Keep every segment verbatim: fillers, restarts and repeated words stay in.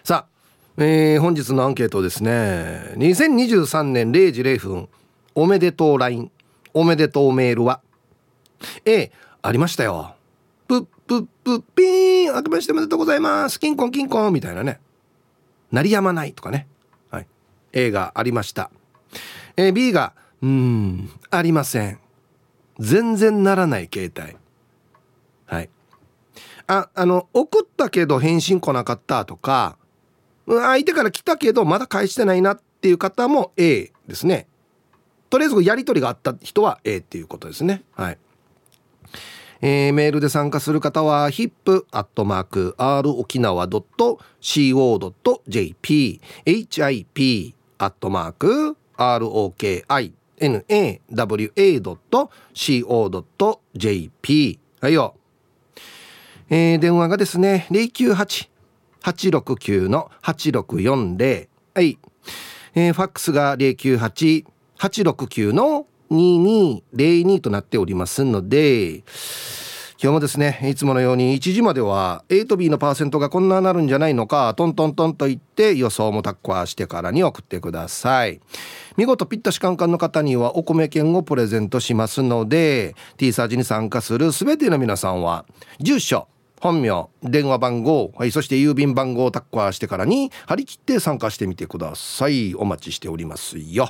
さあ、えー、本日のアンケートですね。にせんにじゅうさんねんれいじれいふんおめでとう ライン おめでとうメールは A ありましたよ。プップップッピーン明けましておめでとうございますキンコンキンコンみたいなね、鳴りやまないとかね、はい、A がありました。えー、B がうーんありません、全然ならない携帯。はい、ああの送ったけど返信来なかったとか、相手から来たけどまだ返してないなっていう方も A ですね。とりあえずやり取りがあった人は A っていうことですね。はい、えー、メールで参加する方は ヒップ アットマーク アール 沖縄 ドット シーオー ドット ジェーピー ヒップ アットマーク アール オーケーアイエヌエーダブリューエー ドット シーオー ドット ジェーピー はいよ。えー、電話がですね ゼロきゅうはち はちろくきゅう のはちろくよんゼロ、はい、えー、ファックスが ゼロきゅうはち はちろくきゅう のににゼロにとなっておりますので、今日もですねいつものようにいちじまでは A と B のパーセントがこんななるんじゃないのかトントントンと言って予想もタッコアしてからに送ってください。見事ピッタシカンカンの方にはお米券をプレゼントしますので T サージに参加するすべての皆さんは住所本名電話番号、はい、そして郵便番号をタッコアしてからに張り切って参加してみてください。お待ちしておりますよ。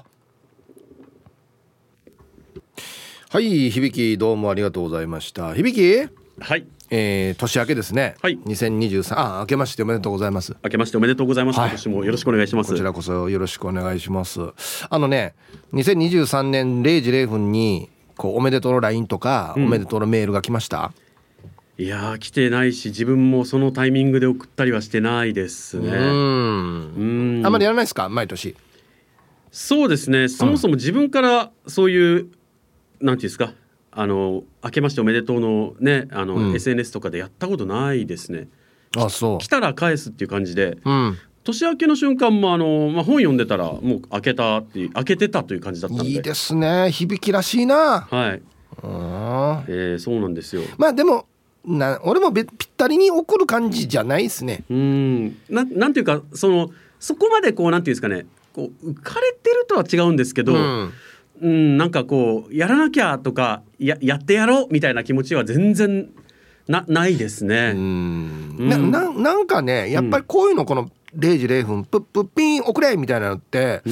はい、響きどうもありがとうございました。響き、 はい、 えー、年明けですね、 はい、 にせんにじゅうさん、あ、明けましておめでとうございます。 明けましておめでとうございます、 はい、 今年もよろしくお願いします。 こちらこそよろしくお願いします。あのねにせんにじゅうさんねんれいじれいふんにこうおめでとうの ライン とか、うん、おめでとうのメールが来ました？ いやー来てないし自分もそのタイミングで送ったりはしてないですね。うーん、あんまりやらないですか毎年？ そうですね、そもそも自分からそういう、うん、なんていうんですか、あの明けましておめでとうのねあの、うん、エスエヌエス とかでやったことないですね。 あ、そう。 来たら返すっていう感じで、 うん、 年明けの瞬間もあの、まあ、本読んでたらもう開けたっていう開けてたという感じだったので。 いいですね、響きらしいな。 はい、 あ、 えー、そうなんですよ。 まあでもな俺もぴったりに送る感じじゃないですね。 うーん な, なんていうかそのそこまでこうなんていうんですかね、こう浮かれてるとは違うんですけど、うんうん、なんかこうやらなきゃとか や, やってやろうみたいな気持ちは全然 な, ないですね。うーん、 な, な, なんかねやっぱりこういうのこのれいじれいふんプップッピン送れみたいなのって、うん、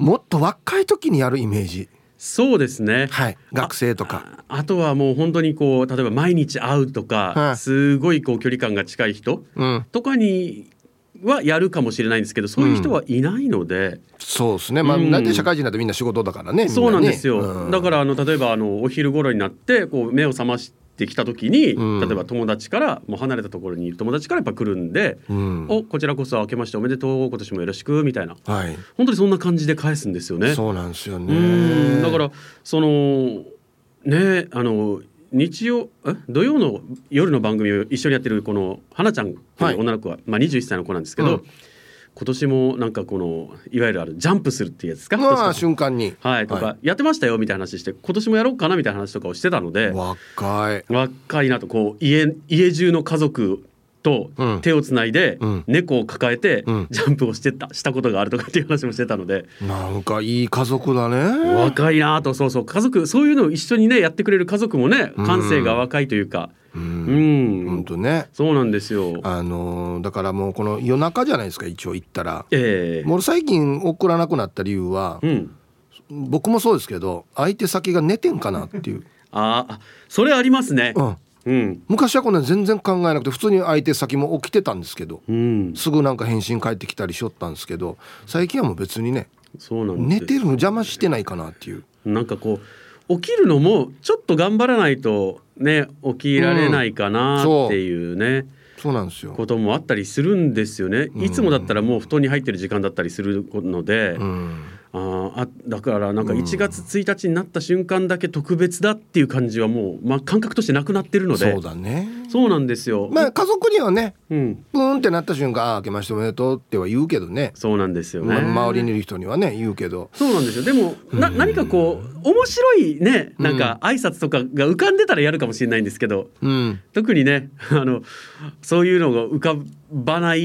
もっと若い時にやるイメージ。 そうですね、 はい、学生とかあ, あとはもう本当にこう例えば毎日会うとか、はい、すごいこう距離感が近い人とかにはやるかもしれないんですけど、そういう人はいないので、うん、 そうですね、まあ、うん、なんで社会人だとみんな仕事だからね。 そうなんですよ、うん、だからあの例えばあのお昼頃になってこう目を覚ましてきた時に、うん、例えば友達からもう離れたところにいる友達からやっぱ来るんで、うん、おこちらこそ明けましておめでとう今年もよろしくみたいな、はい、本当にそんな感じで返すんですよね。 そうなんですよね。 うんだからそのねあの日曜え土曜の夜の番組を一緒にやってるこの花ちゃんという女の子は、はいまあ、にじゅういっさいの子なんですけど、うん今年もなんかこのいわゆるあるジャンプするっていうやつですか、 まあ、瞬間に、 はい、とか、はい、やってましたよみたいな話して今年もやろうかなみたいな話とかをしてたので若い若いなとこう 家, 家中の家族と手をつないで、うん、猫を抱えてジャンプをしてた、したことがあるとかっていう話もしてたので、 なんかいい家族だね。 若いなと。そうそう家族そういうのを一緒にねやってくれる家族もね感性が若いというか、 うんうん本当ね。 そうなんですよ。 あのー、だからもうこの夜中じゃないですか一応行ったら、 えー、 もう最近送らなくなった理由は、うん、僕もそうですけど相手先が寝てんかなっていうあそれありますね、 うんうん、昔はこんな全然考えなくて普通に相手先も起きてたんですけど、うん、すぐなんか返信返ってきたりしよったんですけど最近はもう別にねそうなんです。 寝てるの邪魔してないかなっていう。 なんかこう起きるのもちょっと頑張らないとね起きられないかなっていうね、うん、 そう、そうなんですよこともあったりするんですよね、うん、いつもだったらもう布団に入ってる時間だったりするので、うんああだからなんかいちがつついたちになった瞬間だけ特別だっていう感じはもう、まあ、感覚としてなくなってるので。 そうだね。 そうなんですよ。 まあ家族にはね、うん、プーンってなった瞬間あ明けましておめでとうっては言うけどね。 そうなんですよね、 ま、周りにいる人にはね言うけど。 そうなんですよ。でもな、うん、何かこう面白いねなんか挨拶とかが浮かんでたらやるかもしれないんですけど、うん、特にねあのそういうのが浮かばない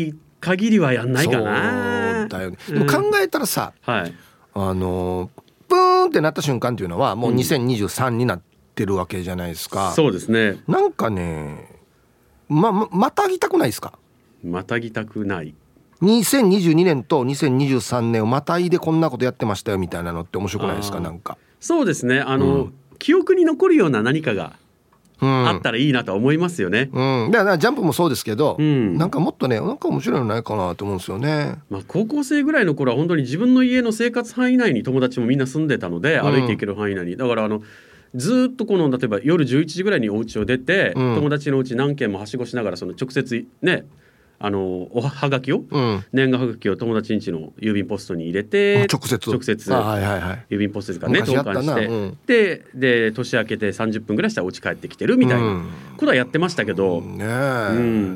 限りはやんないかな。 そうだよね。でも考えたらさ、 うん、はい、 あのプーンってなった瞬間っていうのはもうにせんにじゅうさんになってるわけじゃないですか、 うん、そうですね。 なんかねまままたぎたくないですか。 またぎたくない。 にせんにじゅうにねんとにせんにじゅうさんねんをまたいでこんなことやってましたよみたいなのって面白くないですか。なんかそうですね、あの、うん、記憶に残るような何かがあったらいいなとは思いますよね、 うんうん、だからジャンプもそうですけど、 うん、 なんかもっとねなんか面白いのないかなと思うんですよね。 まあ、高校生ぐらいの頃は本当に自分の家の生活範囲内に友達もみんな住んでたので、歩いていける範囲内に、だからあのずっとこの例えば夜じゅういちじぐらいにお家を出て、うん、友達のうち何軒もはしごしながらその直接ねあのおはがきを、うん、年賀はがきを友達ん家の郵便ポストに入れて直接直接はいはいはい、 郵便ポストですからね投函して、うん、で, で年明けてさんじゅっぷんぐらいしたらお家帰ってきてるみたいなことはやってましたけど、 うんねうん、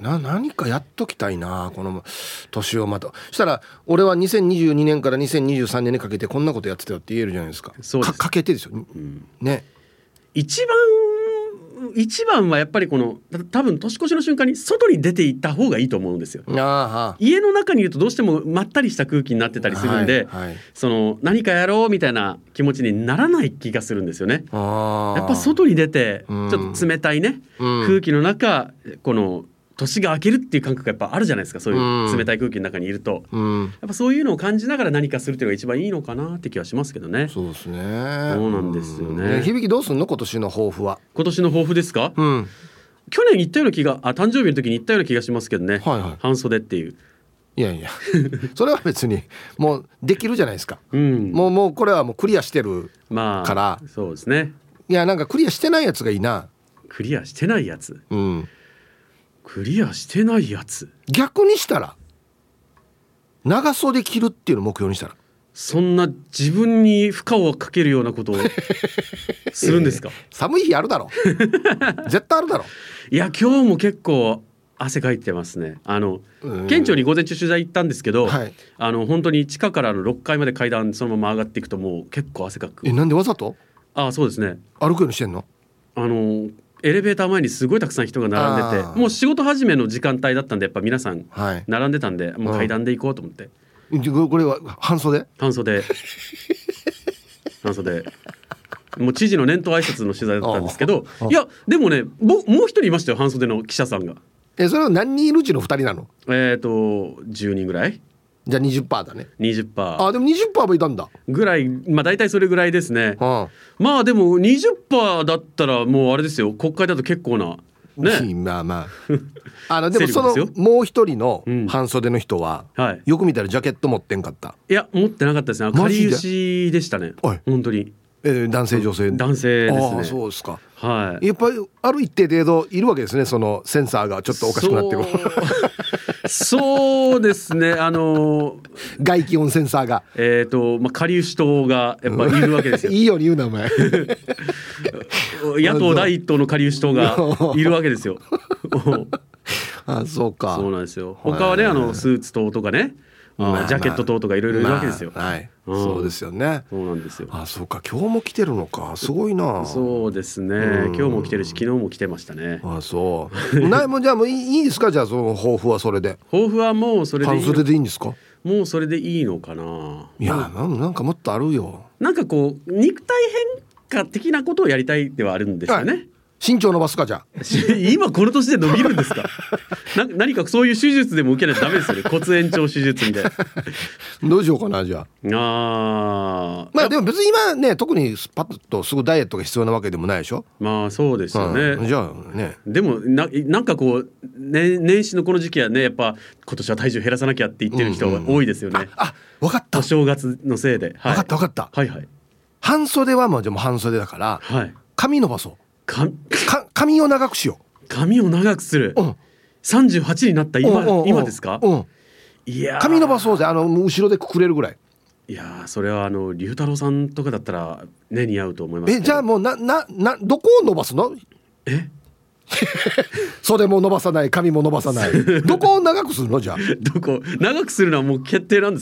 な何かやっときたいなこの年をまたしたら俺はにせんにじゅうにねんからにせんにじゅうさんねんにかけてこんなことやってたよって言えるじゃないですか。 そうです。 か, かけてですよ、うん、ね一番一番はやっぱりこの多分年越しの瞬間に外に出て行った方がいいと思うんですよ。あ家の中にいるとどうしてもまったりした空気になってたりするんで、はいはい、その何かやろうみたいな気持ちにならない気がするんですよね。あやっぱ外に出てちょっと冷たいね、うん、空気の中この年が明けるっていう感覚がやっぱあるじゃないですか。そういう冷たい空気の中にいると、うん、やっぱそういうのを感じながら何かするっていうのが一番いいのかなって気はしますけどね。 そうですね。 そうなんですよね。 ね響きどうすんの今年の抱負は。 今年の抱負ですか、うん、去年言ったような気があ誕生日の時に言ったような気がしますけどね、はいはい、半袖っていういやいやそれは別にもうできるじゃないですか、うん、もうもうこれはもうクリアしてるから、まあ、 そうですね。 いやなんかクリアしてないやつがいいな。 クリアしてないやつ、うんクリアしてないやつ。 逆にしたら長袖着るっていうのを目標にしたらそんな自分に負荷をかけるようなことをするんですか、 えー、寒い日あるだろ絶対あるだろ。 いや今日も結構汗かいてますね。あの県庁に午前中取材行ったんですけど、はい、あの本当に地下からのろっかいまで階段そのまま上がっていくともう結構汗かく。 えなんでわざと。 あそうですね歩くようにしてんの。あのエレベーター前にすごいたくさん人が並んでてもう仕事始めの時間帯だったんでやっぱ皆さん並んでたんで、はい、もう階段で行こうと思って、 うん、これは半袖半袖半袖もう知事の年頭挨拶の取材だったんですけどいやでもねもう一人いましたよ半袖の記者さんが。 えそれは何人いるうちのふたりなの。 えっとじゅうにんぐらい。 じゃあ にじゅっパーセント だね。 にじゅっパーセント。 あでも にじゅっパーセント もいたんだぐらい。まあ大体それぐらいですね、はあ、まあでも にじゅっパーセント だったらもうあれですよ国会だと結構なねまあまああのでもそのもう一人の半袖の人は、うんはい、よく見たらジャケット持ってんかった。 いや持ってなかったですね。かりゆしでしたね本当に。 えー、男性女性男性ですね。 あそうですか、 はい、 やっぱりある一定程度いるわけですねそのセンサーがちょっとおかしくなってるそうですねあの外気温センサーがえっ、ー、とまあかりゆし党がやっぱいるわけですよいいように言うなお前野党第一党のかりゆし党がいるわけですよあそうか。 そうなんですよ。他はねあのスーツ党とかねあジャケット等とかいろいろいるわけですよ、 まあはい、うん、そうですよね。 そうなんですよ。 あそうか今日も来てるのかすごいな。 そうですね、うん、今日も来てるし昨日も来てましたね。 あそうなもうじゃあもういいですか。じゃあその抱負はそれで抱負はもうそれでいい。 半袖でいいんですか。 もうそれでいいのかな。 いやなんかもっとあるよ。 なんかこう肉体変化的なことをやりたいではあるんですよね、はい、 身長伸ばすかじゃあ今この年で伸びるんですかな何かそういう手術でも受けないとダメですよね骨延長手術みたいなどうしようかなじゃあ。 あまあでも別に今ね特にパッとすぐダイエットが必要なわけでもないでしょ。 まあそうですよね、 うん、じゃあねでも な, なんかこう、ね、年始のこの時期はねやっぱ今年は体重減らさなきゃって言ってる人が多いですよね、うんうんうん、 あ, あ分かった。 お正月のせいで、 はい、分かった分かった、 はいはい、 半袖はもうでも半袖だから、はい、髪伸ばそう。か髪を長くしよう。 髪を長くする、うん、さんじゅうはちになった 今, うんうん、今ですか、うん、 いや髪伸ばそうぜ。あの後ろでくくれるぐらい。 いやそれはあの龍太郎さんとかだったらね似合うと思いますけど。 えじゃあもうなななどこを伸ばすの。 え袖も伸ばさない髪も伸ばさないどこを長くするのじゃあ。 どこ長くするのはもう決定なんですか。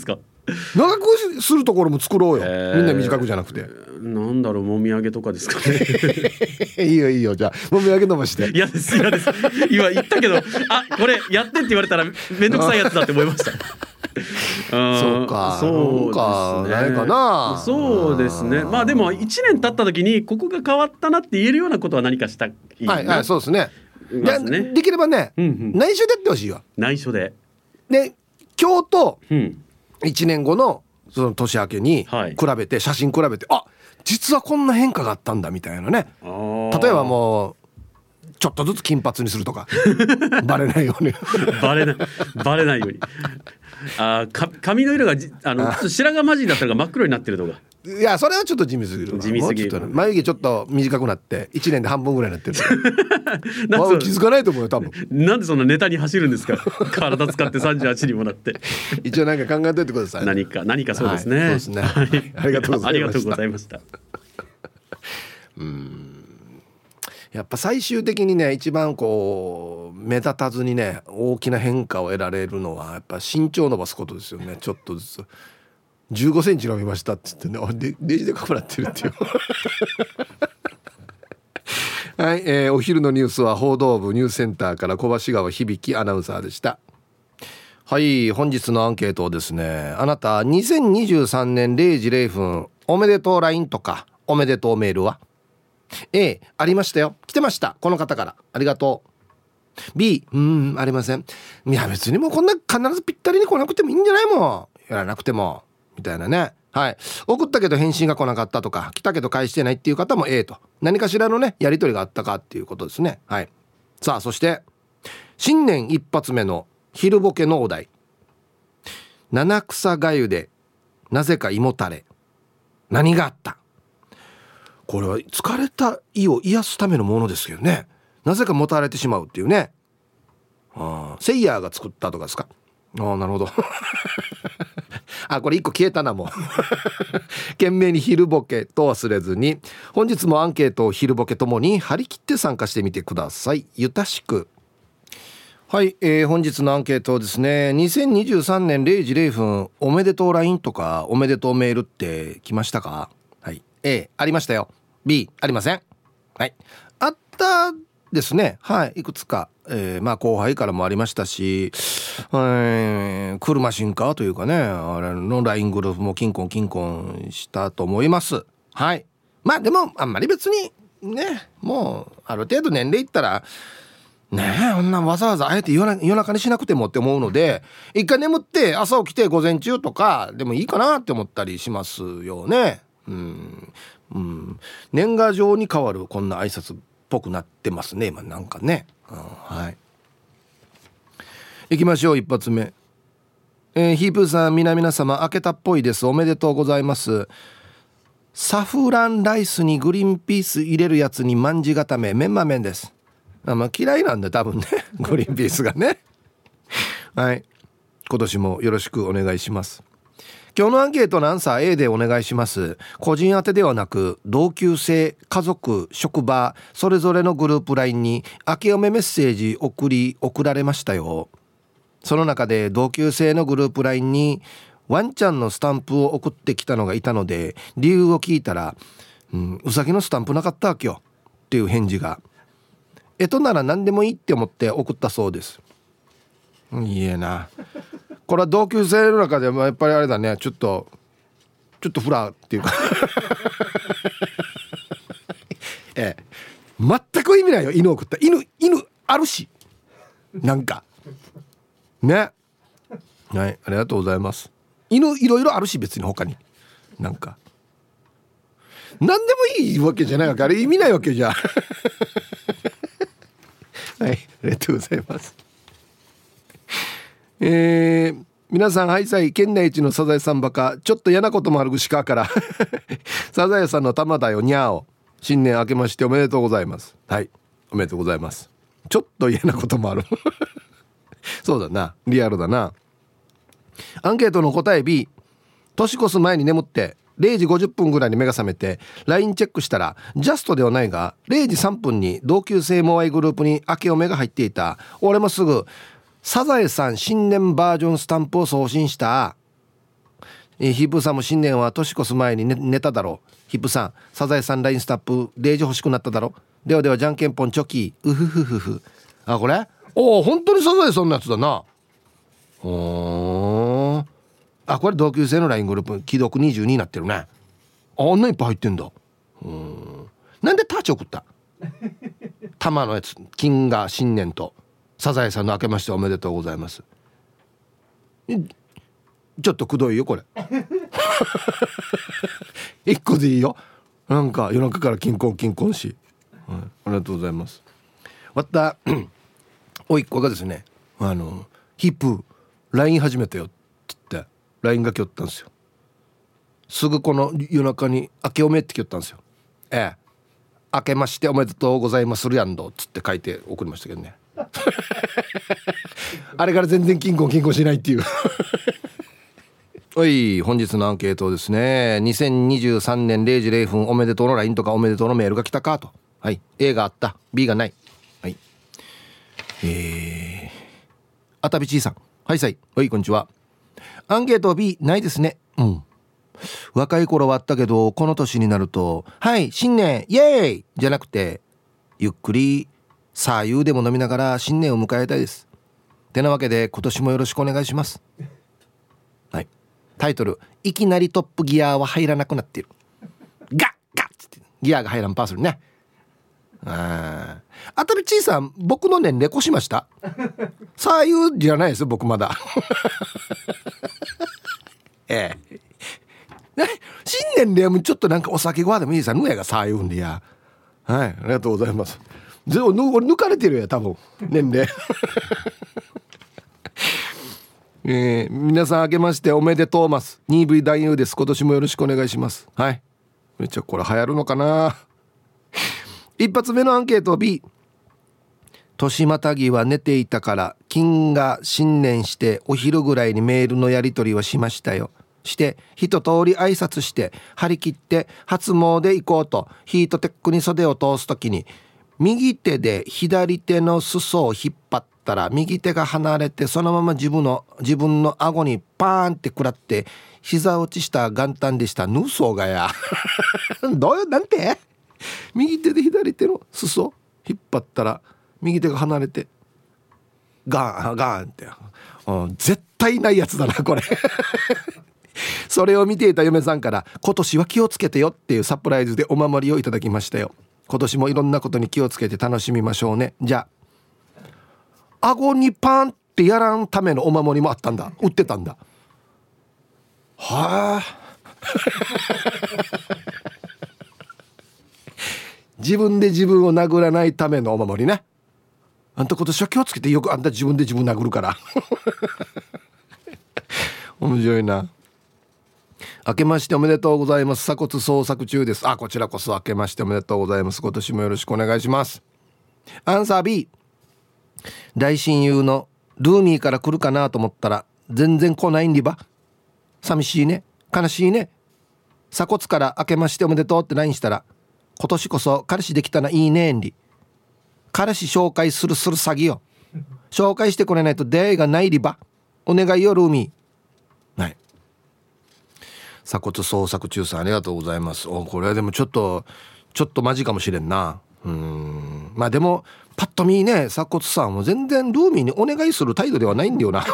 長くするところも作ろうよ、えー、みんな短くじゃなくて。 なんだろう、もみあげとかですかねいいよいいよ、じゃあもみあげ伸ばして。 嫌です嫌です。今言ったけど、あ、これやってって言われたらめんどくさいやつだって思いましたそうか、そうか、ないかな。 そうですね。まあでもいちねん経った時にここが変わったなって言えるようなことは何かしたいな。 はいはい、そうですね。 ますね。 で, できればね、うんうん、内緒でやってほしいよ。 内緒で。 で今日といちねんごのその年明けに比べて、はい、写真比べて、あ、実はこんな変化があったんだみたいなね。例えばもうちょっとずつ金髪にするとかバレないようにバレないバレないように。あ、か髪の色があの白髪混じりだったのが真っ黒になってるとか。 いや、それはちょっと地味すぎる。地味すぎる。眉毛ちょっと短くなっていちねんで半分ぐらいになってるまあ、気づかないと思うよ多分。 なんでそんなネタに走るんですか体使ってさんじゅうはちにもなって一応何か考えておいてください。 何か何かそうですね、はい、 そうですね、はい、ありがとうございました。ありがとうございましたうーん、やっぱ最終的にね、一番こう目立たずにね大きな変化を得られるのはやっぱ身長を伸ばすことですよね。ちょっとずつじゅうごセンチ伸びましたって言ってね、レジでかくなってるっていうはい、えー、お昼のニュースは報道部ニュースセンターから小橋川響アナウンサーでした。はい、本日のアンケートをですね、あなたにせんにじゅうさんねんれいじれいふんおめでとう ライン とかおめでとうメールは A、 ありましたよ、来てました、この方からありがとう。 B、 うーん、ありません。いや別にもうこんな必ずぴったりに来なくてもいいんじゃないもん、やらなくてもみたいなね。はい、送ったけど返信が来なかったとか、来たけど返してないっていう方も A と、何かしらのねやり取りがあったかっていうことですね。はい、さあそして新年一発目の昼ボケのお題、七草がゆでなぜか胃もたれ、何があった。これは疲れた胃を癒すためのものですけどね、なぜかもたれてしまうっていうね。あ、セイヤーが作ったとかですか。ああ、なるほどあ、これ一個消えたな、もう懸命に昼ボケと忘れずに、本日もアンケートを昼ボケともに張り切って参加してみてください。ゆたしく。はい、えー、本日のアンケートですね、にせんにじゅうさんねんれいじれいふんおめでとう ライン とかおめでとうメールって来ましたか。はい、A、 ありましたよ。 B、 ありません。はい、あったですね。はい、いくつか、えー、まあ後輩からもありましたし、えー、車進化というかね、あれの ライン グループもキンコンキンコンしたと思います。はい、まあでもあんまり別にね、もうある程度年齢いったらねえ、こんなわざわざあえて夜な夜中にしなくてもって思うので、一回眠って朝起きて午前中とかでもいいかなって思ったりしますよね。うん、うん、年賀状に変わるこんな挨拶っぽくなってますね今なんかね、うん、はい、行きましょう。一発目、えー、ヒープーさん、皆々様明けたっぽいです。おめでとうございます。サフランライスにグリーンピース入れるやつにまんじ固めメンマ麺です。あ、まあ、嫌いなんで多分ねグリーンピースがねはい、今年もよろしくお願いします。今日のアンケートのアンサー A でお願いします。個人宛てではなく同級生、家族、職場それぞれのグループ ライン に明けおめメッセージ送り送られましたよ。その中で同級生のグループ ライン にワンちゃんのスタンプを送ってきたのがいたので、理由を聞いたら、うん、うさぎのスタンプなかったわけよっていう返事が、えとなら何でもいいって思って送ったそうです。いいえな、これは同級生の中でもやっぱりあれだね、ちょっとちょっとフラーっていうかええ、全く意味ないよ。犬送った、犬犬あるしなんかね。はい、ありがとうございます。犬いろいろあるし別に他になんか何でもいいわけじゃないわけ、あれ意味ないわけじゃはい、ありがとうございます。えー、皆さんハイサイ、県内一のサザエさんバカ、ちょっと嫌なこともある串川からサザエさんの玉だよにゃーお、新年明けましておめでとうございます。はい、おめでとうございます。ちょっと嫌なこともあるそうだな、リアルだな。アンケートの答え B、 年越す前に眠ってれいじごじゅっぷんぐらいに目が覚めて ライン チェックしたらジャストではないがれいじさんぷんに同級生モアイグループに明けおめが入っていた。俺もすぐサザエさん新年バージョンスタンプを送信した。 えー、ヒップさんも新年は年越す前に 寝, 寝ただろう。ヒップさん、サザエさんラインスタップデージ欲しくなっただろ。ではではじゃんけんぽんチョキうふふふふ。あ、これおお、本当にサザエさんのやつだな。おー、あ、これ同級生の ライン グループ既読にじゅうにになってるね。あ、あんないっぱい入ってんだ。うん、なんでターチ送った玉のやつ、金が新年とサザエさんの明けましておめでとうございます。ちょっとくどいよこれ一個でいいよ。なんか夜中から金婚金婚し、はい、ありがとうございます。わったおいっ子がですね、あのヒップ ライン 始めたよって言って ライン が来よったんですよ。すぐこの夜中に明けおめって来よったんですよ。ええ、明けましておめでとうございまするやんどっつって書いて送りましたけどねあれから全然金婚金婚しないっていうはい、本日のアンケートですね。にせんにじゅうさんねんれいじぜろふんおめでとうの ライン とかおめでとうのメールが来たかと。はい、 A があった、 B がない。はい、えー、あたびちいさん、はいさい、はい、こんにちは。アンケート B ないですね。うん、若い頃はあったけどこの年になるとはい新年イエーイじゃなくてゆっくりさあゆうでも飲みながら新年を迎えたいです。てなわけで今年もよろしくお願いします。はい、タイトル、いきなりトップギアは入らなくなっている。ガッガッってギアが入らんパーするね。ああたびちいさん、僕の年齢越しました。さあゆうじゃないですよ僕まだええ新年でもちょっとなんかお酒ご飯でもいいさぬやがさあいうふんでや。はい、ありがとうございます。ず俺抜かれてるや多分年齢えー、皆さん明けましておめでとうます。 にブイ 男優です。今年もよろしくお願いします。はい、めっちゃこれ流行るのかな一発目のアンケート B、 年またぎは寝ていたから金が新年してお昼ぐらいにメールのやり取りはしましたよ。して一通り挨拶して張り切って初詣行こうとヒートテックに袖を通すときに右手で左手の裾を引っ張ったら右手が離れてそのまま自分の自分の顎にパーンって食らって膝落ちした元旦でした。ヌーソーがやどういうなんて右手で左手の裾引っ張ったら右手が離れてガーンガーンって、うん、絶対ないやつだなこれそれを見ていた嫁さんから今年は気をつけてよっていうサプライズでお守りをいただきましたよ。今年もいろんなことに気をつけて楽しみましょうね。じゃあ顎にパンってやらんためのお守りもあったんだ。売ってたんだ。はあ自分で自分を殴らないためのお守りね。あんた今年は気をつけてよくあんた自分で自分殴るから面白いな。明けましておめでとうございます。鎖骨捜索中です。あ、こちらこそ明けましておめでとうございます。今年もよろしくお願いします。アンサー B、 大親友のルーミーから来るかなと思ったら全然来ないんでば。寂しいね、悲しいね。鎖骨から明けましておめでとうって ライン したら今年こそ彼氏できたらいいねんり。彼氏紹介するする詐欺よ。紹介してくれないと出会いがないりば。お願いよルーミー。はい、鎖骨捜索中さんありがとうございます。お、これはでもちょっとちょっとマジかもしれんな。うーん、まあでもパッと見ね、鎖骨さんも全然ルーミーにお願いする態度ではないんだよな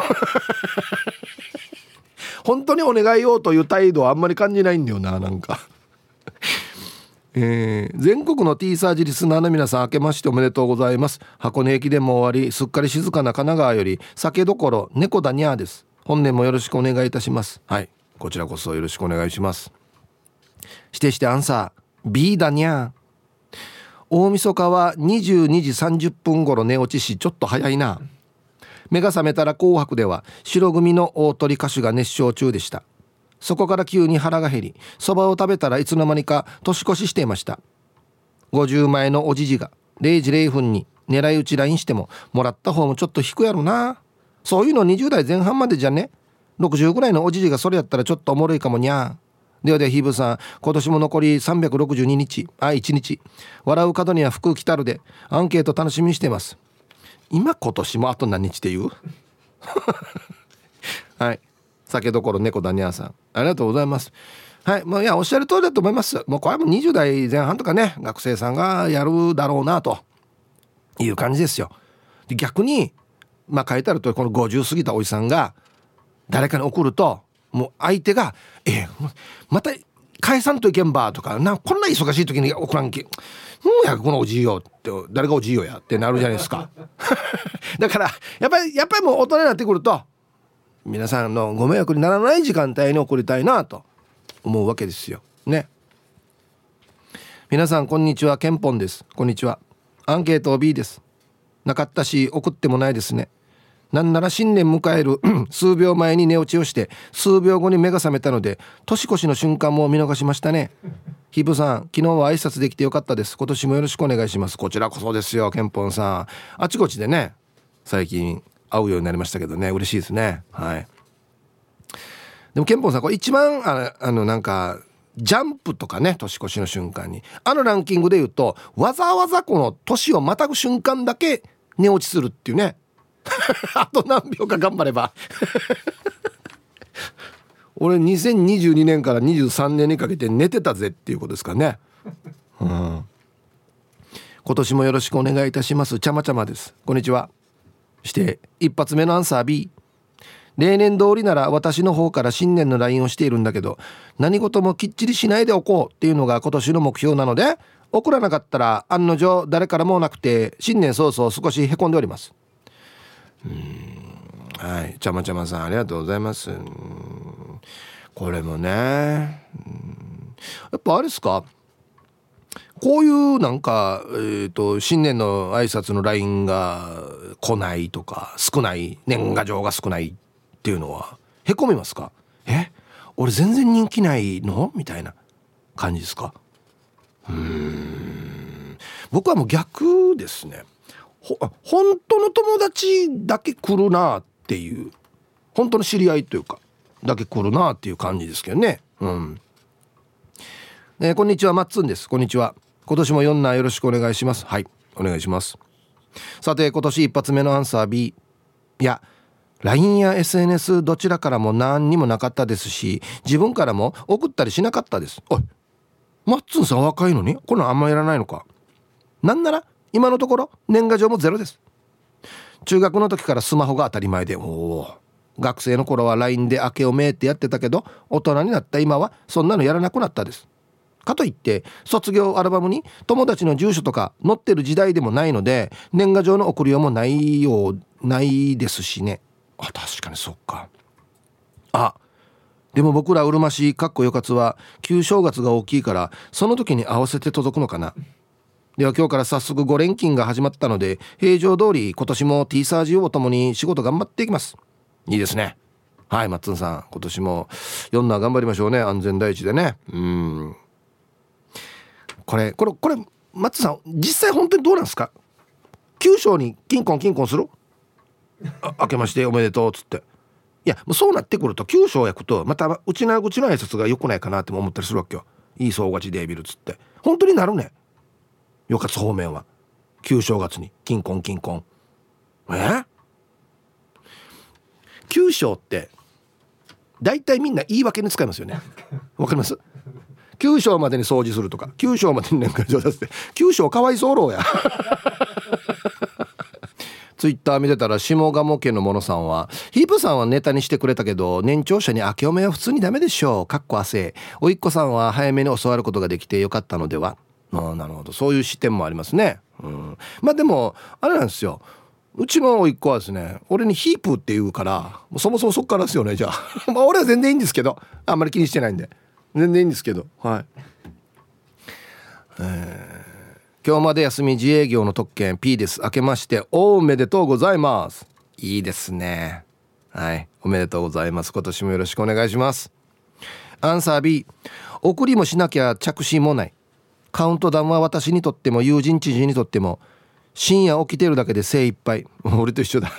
本当にお願いようという態度はあんまり感じないんだよな、なんかえー、全国の T サージリスナーの皆さん明けましておめでとうございます。箱根駅伝も終わりすっかり静かな神奈川より酒どころ猫だにゃーです。本年もよろしくお願いいたします。はい、こちらこそよろしくお願いします。してしてアンサー B だにゃー。大晦日はにじゅうにじさんじゅっぷん頃寝落ちしちょっと早いな。目が覚めたら紅白では白組の大鳥歌手が熱唱中でした。そこから急に腹が減りそばを食べたらいつの間にか年越ししていました。ごじゅうまえのおじじがれいじぜろふんに狙い撃ち ライン してももらった方もちょっと引くやろな。そういうのにじゅう代前半までじゃね。ろくじゅうぐらいのおじじがそれやったらちょっとおもろいかもにゃ。ではではヒーブさん、今年も残りさんびゃくろくじゅうににち、あいちにち、笑う角には福来たるでアンケート楽しみにしています。今今年もあと何日っていうはい、 酒どころ猫ダニアさん、ありがとうございます。はい、もういやおっしゃる通りだと思います。もうこれはもうにじゅう代前半とかね、学生さんがやるだろうなという感じですよ。で逆にまあ書いてあるとこのごじゅう過ぎたおじさんが誰かに送ると、もう相手がえまた返さんといけんばとか、なこんな忙しい時に送らんけ、うんやこのおじいよって誰がおじいよやってなるじゃないですかだからやっぱりやっぱりもう大人になってくると皆さんのご迷惑にならない時間帯に送りたいなと思うわけですよね。皆さんこんにちは、ケンポンです。こんにちは。アンケート B です。なかったし送ってもないですね。なんなら新年迎える数秒前に寝落ちをして数秒後に目が覚めたので年越しの瞬間も見逃しましたね。ヒブさん、昨日は挨拶できてよかったです。今年もよろしくお願いします。こちらこそですよ、ケンポンさん。あちこちでね最近会うようになりましたけどね、嬉しいですね。はい。でもケンポンさん、これ一番ああのなんかジャンプとかね、年越しの瞬間にあのランキングで言うとわざわざこの年をまたぐ瞬間だけ寝落ちするっていうねあと何秒か頑張れば俺にせんにじゅうにねんからにじゅうさんねんにかけて寝てたぜっていうことですかね、うん、今年もよろしくお願いいたします。ちゃまちゃまです。こんにちは。して一発目のアンサー B。 例年通りなら私の方から新年の ライン をしているんだけど、何事もきっちりしないでおこうっていうのが今年の目標なので、送らなかったら案の定誰からもなくて新年早々少しへこんでおります。うーん、はい、ちゃまちゃまさんありがとうございます。うーん、これもね、うーん、やっぱあれですか、こういうなんか、えーと、新年の挨拶の ライン が来ないとか少ない、年賀状が少ないっていうのはへこみますか？え、俺全然人気ないのみたいな感じですか？うーん、僕はもう逆ですね。ほ本当の友達だけ来るなっていう、本当の知り合いというかだけ来るなっていう感じですけどね。うん、えー、こんにちは、マッツンです。こんにちは。今年もよんなよろしくお願いします。はい、お願いします。さて今年一発目のアンサー B。 いや ライン や エスエヌエス どちらからも何にもなかったですし、自分からも送ったりしなかったです。おい、マッツンさん若いのにこんなんあんまいらないのか。なんなら今のところ年賀状もゼロです。中学の時からスマホが当たり前で、おお、学生の頃は ライン で明けおめってやってたけど、大人になった今はそんなのやらなくなったです。かといって卒業アルバムに友達の住所とか載ってる時代でもないので、年賀状の送りようもないようないですしね。あ、確かにそっか。あ、でも僕らうるま市かっこよかつは旧正月が大きいからその時に合わせて届くのかな。では今日から早速ご連勤が始まったので、平常通り今年も T サージをともに仕事頑張っていきます。いいですね。はい、マッツンさん、今年もよんな頑張りましょうね。安全第一でね。うーん、これこれこれマッツンさん実際本当にどうなんですか？旧正にキンコンキンコンする？あ、明けましておめでとうっつって。いやもうそうなってくると旧正焼くとまたうちのうちの挨拶が良くないかなって思ったりするわけよ。いい総勝ちデービルっつって本当になるね。よかつ方面は旧正月にキンコンキンコン、え旧正ってだいたいみんな言い訳に使いますよね。わかります？旧正までに掃除するとか旧正までに年賀状出して、旧正かわいそうろうやツイッター見てたら下鴨家のものさんは、ヒープさんはネタにしてくれたけど年長者に明けおめは普通にダメでしょう、かっこ汗。おいっ子さんは早めに教わることができてよかったのでは。あ、なるほど、そういう視点もありますね。うん、まあでもあれなんですよ、うちのおいっ子はですね、俺にヒープって言うからそもそもそっからですよね。じゃあまあ俺は全然いいんですけど、あんまり気にしてないんで全然いいんですけど、はい、えー、今日まで休み自営業の特権 P です。明けましておめでとうございます。いいですね。はい、おめでとうございます。今年もよろしくお願いします。アンサー B。 送りもしなきゃ着信もない。カウントダウンは私にとっても友人知人にとっても深夜起きてるだけで精一杯。俺と一緒だ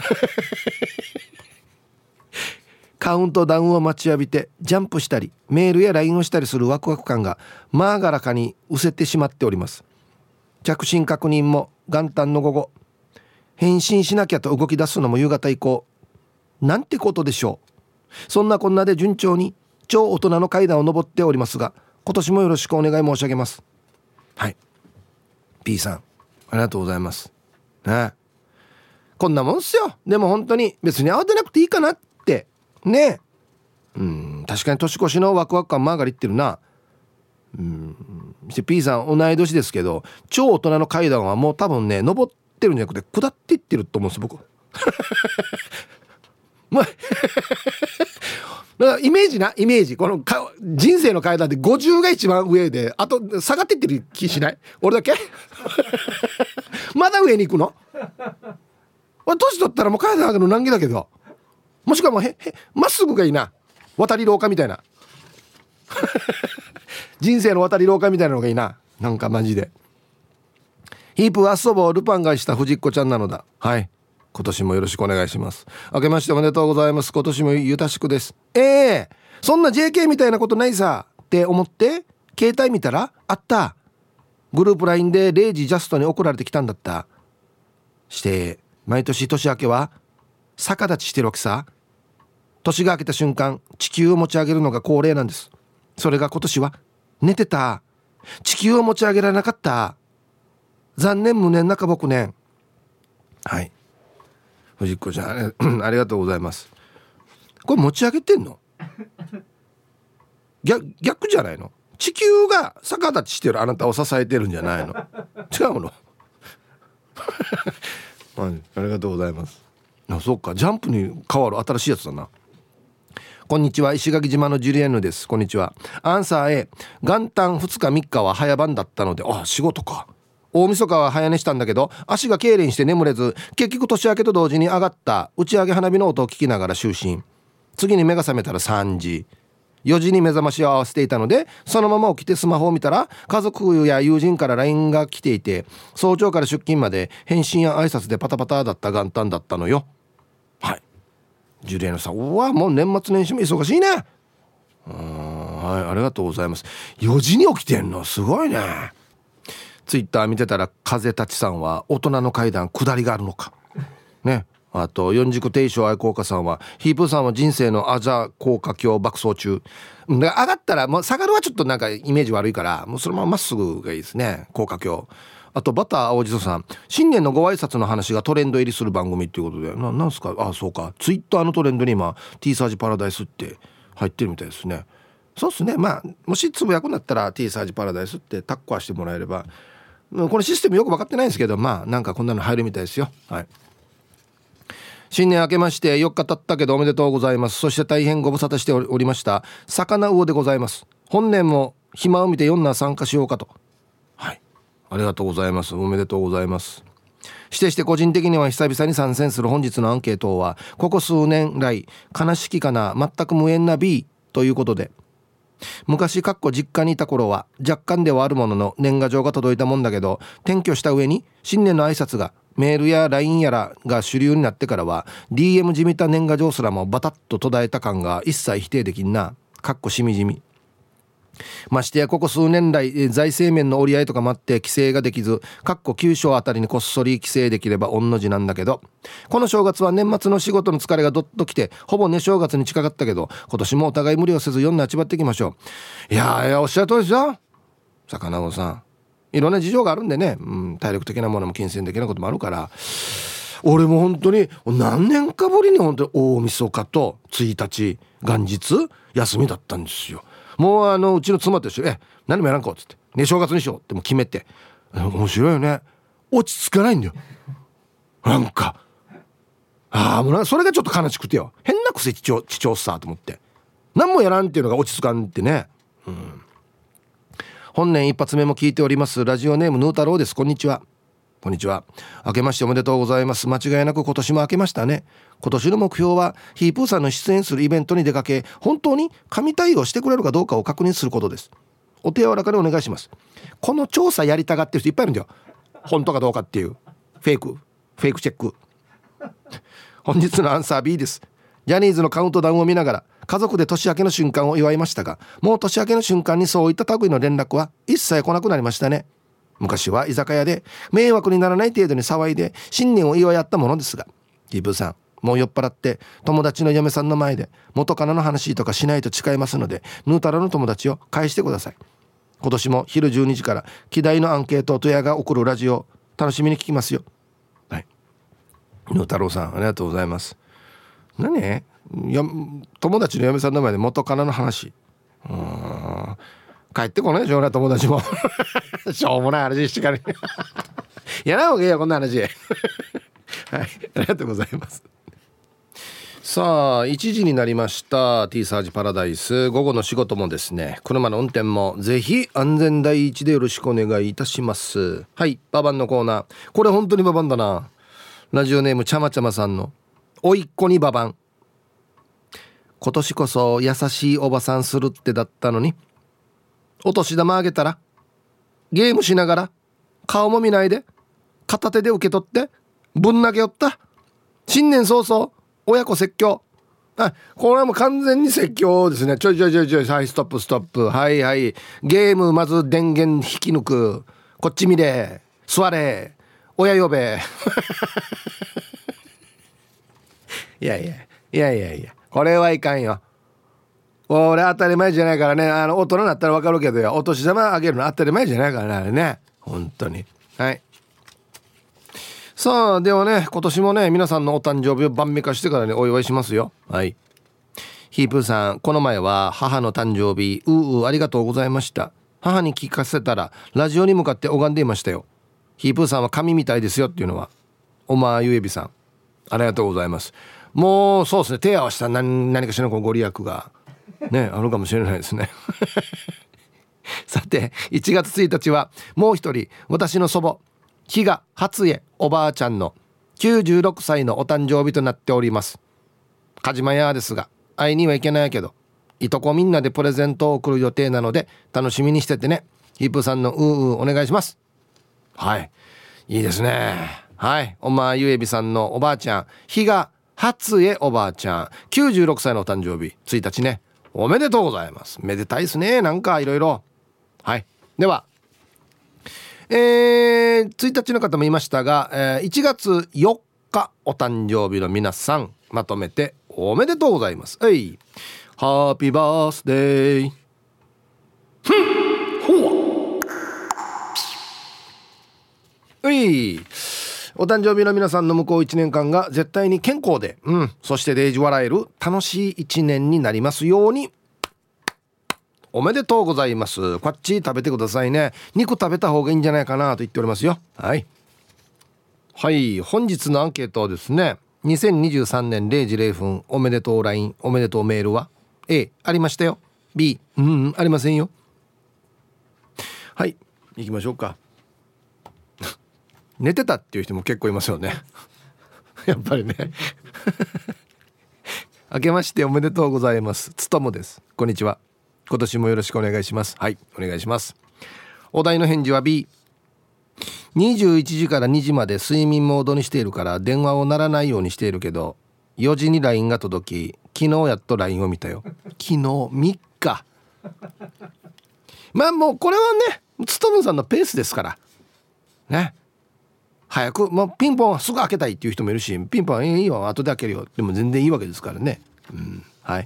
カウントダウンを待ちわびてジャンプしたりメールや ライン をしたりするワクワク感がまあがらかに失せてしまっております。着信確認も元旦の午後、返信しなきゃと動き出すのも夕方以降、なんてことでしょう。 そんなこんなで順調に超大人の階段を上っておりますが、今年もよろしくお願い申し上げます。はい、 P さんありがとうございますね。こんなもんっすよ。でも本当に別に慌てなくていいかなってね。うん、確かに年越しのワクワク感曲がりってるな。うん、P さん同い年ですけど、超大人の階段はもう多分ね登ってるんじゃなくて下っていってると思うんです僕まあだからイメージなイメージ、このか人生の階段でごじゅうが一番上で、あと下がっていってる気しない？俺だけまだ上に行くの？俺年取ったらもう階段上がるの難儀だけど、もしくはもうへへまっすぐがいいな、渡り廊下みたいな人生の渡り廊下みたいなのがいいな。なんかマジでヒープは祖母をルパンがした藤子ちゃんなのだ。はい、今年もよろしくお願いします。明けましておめでとうございます。今年もゆたしくです。ええー、そんな ジェーケー みたいなことないさって思って携帯見たらあった。グループ ライン でれいじジャストに送られてきたんだった。して毎年年明けは逆立ちしてるわけさ。年が明けた瞬間地球を持ち上げるのが恒例なんです。それが今年は寝てた。地球を持ち上げられなかった。残念無念中僕ね。はい、藤子ちゃんありがとうございます。これ持ち上げてんの？逆、逆じゃないの？地球が逆立ちしてるあなたを支えてるんじゃないの？違うの？はい、ありがとうございます。あ、そうか、ジャンプに変わる新しいやつだな。こんにちは、石垣島のジュリエンヌです。こんにちは。アンサー A、 元旦ふつかみっかは早番だったので、あ、仕事か。大晦日は早寝したんだけど足が痙攣して眠れず、結局年明けと同時に上がった打ち上げ花火の音を聞きながら就寝。次に目が覚めたらさんじ、よじに目覚ましを合わせていたのでそのまま起きてスマホを見たら家族や友人から ライン が来ていて、早朝から出勤まで返信や挨拶でパタパタだった元旦だったのよ。はい、ジュリエンヌさん、うわもう年末年始も忙しいね。うん、はい、ありがとうございます。よじに起きてんのすごいね。ツイッター見てたら風立ちさんは大人の階段下りがあるのかね。あと四軸定称愛好家さんはヒープーさんは人生のアジャ高架橋爆走中上がったらもう下がるはちょっとなんかイメージ悪いからもうそのまままっすぐがいいですね、高架橋。あとバター青じそさん、新年のご挨拶の話がトレンド入りする番組っていうことで な, なんすか。あ、そうか、ツイッターのトレンドに今 T サージパラダイスって入ってるみたいですね。そうですね、まあもしつぶやくんだったら T サージパラダイスってタッコはしてもらえれば、このシステムよく分かってないんですけど、まあなんかこんなの入るみたいですよ。はい、新年明けましてよっか経ったけどおめでとうございます。そして大変ご無沙汰しておりました魚魚でございます。本年も暇を見てよんな参加しようかと。はい、ありがとうございます。おめでとうございます。してして個人的には久々に参戦する本日のアンケートはここ数年来悲しきかな全く無縁な B ということで、昔かっこ実家にいた頃は若干ではあるものの年賀状が届いたもんだけど、転居した上に新年の挨拶がメールや ライン やらが主流になってからは ディーエム じみた年賀状すらもバタッと途絶えた感が一切否定できんな。かっこしみじみ。ましてやここ数年来財政面の折り合いとかもあって規制ができず、かっこきゅう章あたりにこっそり規制できれば御の字なんだけど、この正月は年末の仕事の疲れがどっときてほぼね正月に近かったけど、今年もお互い無理をせずよんなちばっていきましょう。いやいやおっしゃる通りですよ魚子さん。いろんな事情があるんでね、うん、体力的なものも金銭的なこともあるから、俺も本当に何年かぶりに本当に大晦日とついたち元日休みだったんですよ。もうあのうちの妻と一緒にえ何もやらんかっつってね正月にしようっても決めて、面白いよね、落ち着かないんだよなんか。ああもうそれがちょっと悲しくてよ、変な癖父親さと思って何もやらんっていうのが落ち着かんってね。うん、本年一発目も聞いておりますラジオネームヌー太郎です。こんにちは。こんにちは。明けましておめでとうございます。間違いなく今年も明けましたね。今年の目標はヒープーさんの出演するイベントに出かけ、本当に神対応してくれるかどうかを確認することです。お手柔らかにお願いします。この調査やりたがってる人いっぱいいるんだよ、本当かどうかっていうフェイクフェイクチェック本日のアンサー B です。ジャニーズのカウントダウンを見ながら家族で年明けの瞬間を祝いましたが、もう年明けの瞬間にそういった類の連絡は一切来なくなりましたね。昔は居酒屋で迷惑にならない程度に騒いで新年を祝い合ったものですが、ヒープーさんもう酔っ払って友達の嫁さんの前で元カノの話とかしないと誓いますので、ヌータラの友達を返してください。今年も昼じゅうにじから希代のアンケートとやが送るラジオ楽しみに聞きますよ。はい、ヌータロウさんありがとうございます。何や友達の嫁さんの前で元カノの話、うーん帰ってこないでしょうね友達もしょうもない話してからやらんほうがいいよこんな話はい、ありがとうございます。さあいちじになりました。 T サージパラダイス、午後の仕事もですね、車の運転もぜひ安全第一でよろしくお願いいたします。はい、ババンのコーナー、これ本当にババンだな。ラジオネームちゃまちゃまさんのおいっ子にババン。今年こそ優しいおばさんするってだったのに、お年玉あげたらゲームしながら顔も見ないで片手で受け取ってぶん投げよった。新年早々親子説教。あ、これはもう完全に説教ですね。ちょいちょいちょいちょい、はいストップストップ、はいはい、ゲームまず電源引き抜く、こっち見れ、座れ、親呼べいやいやいやいやいや、これはいかんよ。俺当たり前じゃないからね。あの大人になったら分かるけどよ、お年玉あげるの当たり前じゃないからね、あれね、本当に。はい、さあではね、今年もね皆さんのお誕生日を晩御飯してからねお祝いしますよ。はい、ヒープーさん、この前は母の誕生日、うううありがとうございました。母に聞かせたらラジオに向かって拝んでいましたよ。ヒープーさんは神みたいですよっていうのはおまゆえびさん、ありがとうございます。もうそうですね、手を合わせた 何, 何かしらのご利益がねあるかもしれないですねさていちがつついたちはもう一人私の祖母比嘉初江おばあちゃんのきゅうじゅうろくさいのお誕生日となっております。鹿島屋ですが会いには行けないけど、いとこみんなでプレゼントを送る予定なので楽しみにしててね。ヒープさんのううお願いします。はい、いいですね。はい、おまゆえびさんのおばあちゃん比嘉初江おばあちゃんきゅうじゅうろくさいのお誕生日ついたちね、おめでとうございます。めでたいですね、なんかいろいろ。はい、ではえー、ついたちの方もいましたが、えー、いちがつよっかお誕生日の皆さんまとめておめでとうございます。はい、ハッピーバースデー。ふんほわい、お誕生日の皆さんの向こういちねんかんが絶対に健康で、うん、そしてデージ笑える楽しいいちねんになりますように。おめでとうございます。こっち食べてくださいね。肉食べた方がいいんじゃないかなと言っておりますよ。はいはい、本日のアンケートはですね、にせんにじゅうさんねんれいじぜろふんおめでとう ライン おめでとうメールは A ありましたよ、 B うん、うん、ありませんよ。はい、行きましょうか寝てたっていう人も結構いますよねやっぱりね明けましておめでとうございます。つともです。こんにちは、今年もよろしくお願いします。はい、お願いします。お題の返事は B。 にじゅういちじからにじまで睡眠モードにしているから電話を鳴らないようにしているけど、よじに ライン が届き昨日やっと ライン を見たよ。昨日みっかまあもうこれはねつとむさんのペースですからね。早く、まあ、ピンポンすぐ開けたいっていう人もいるし、ピンポンいいよ後で開けるよでも全然いいわけですからね、うん、はい、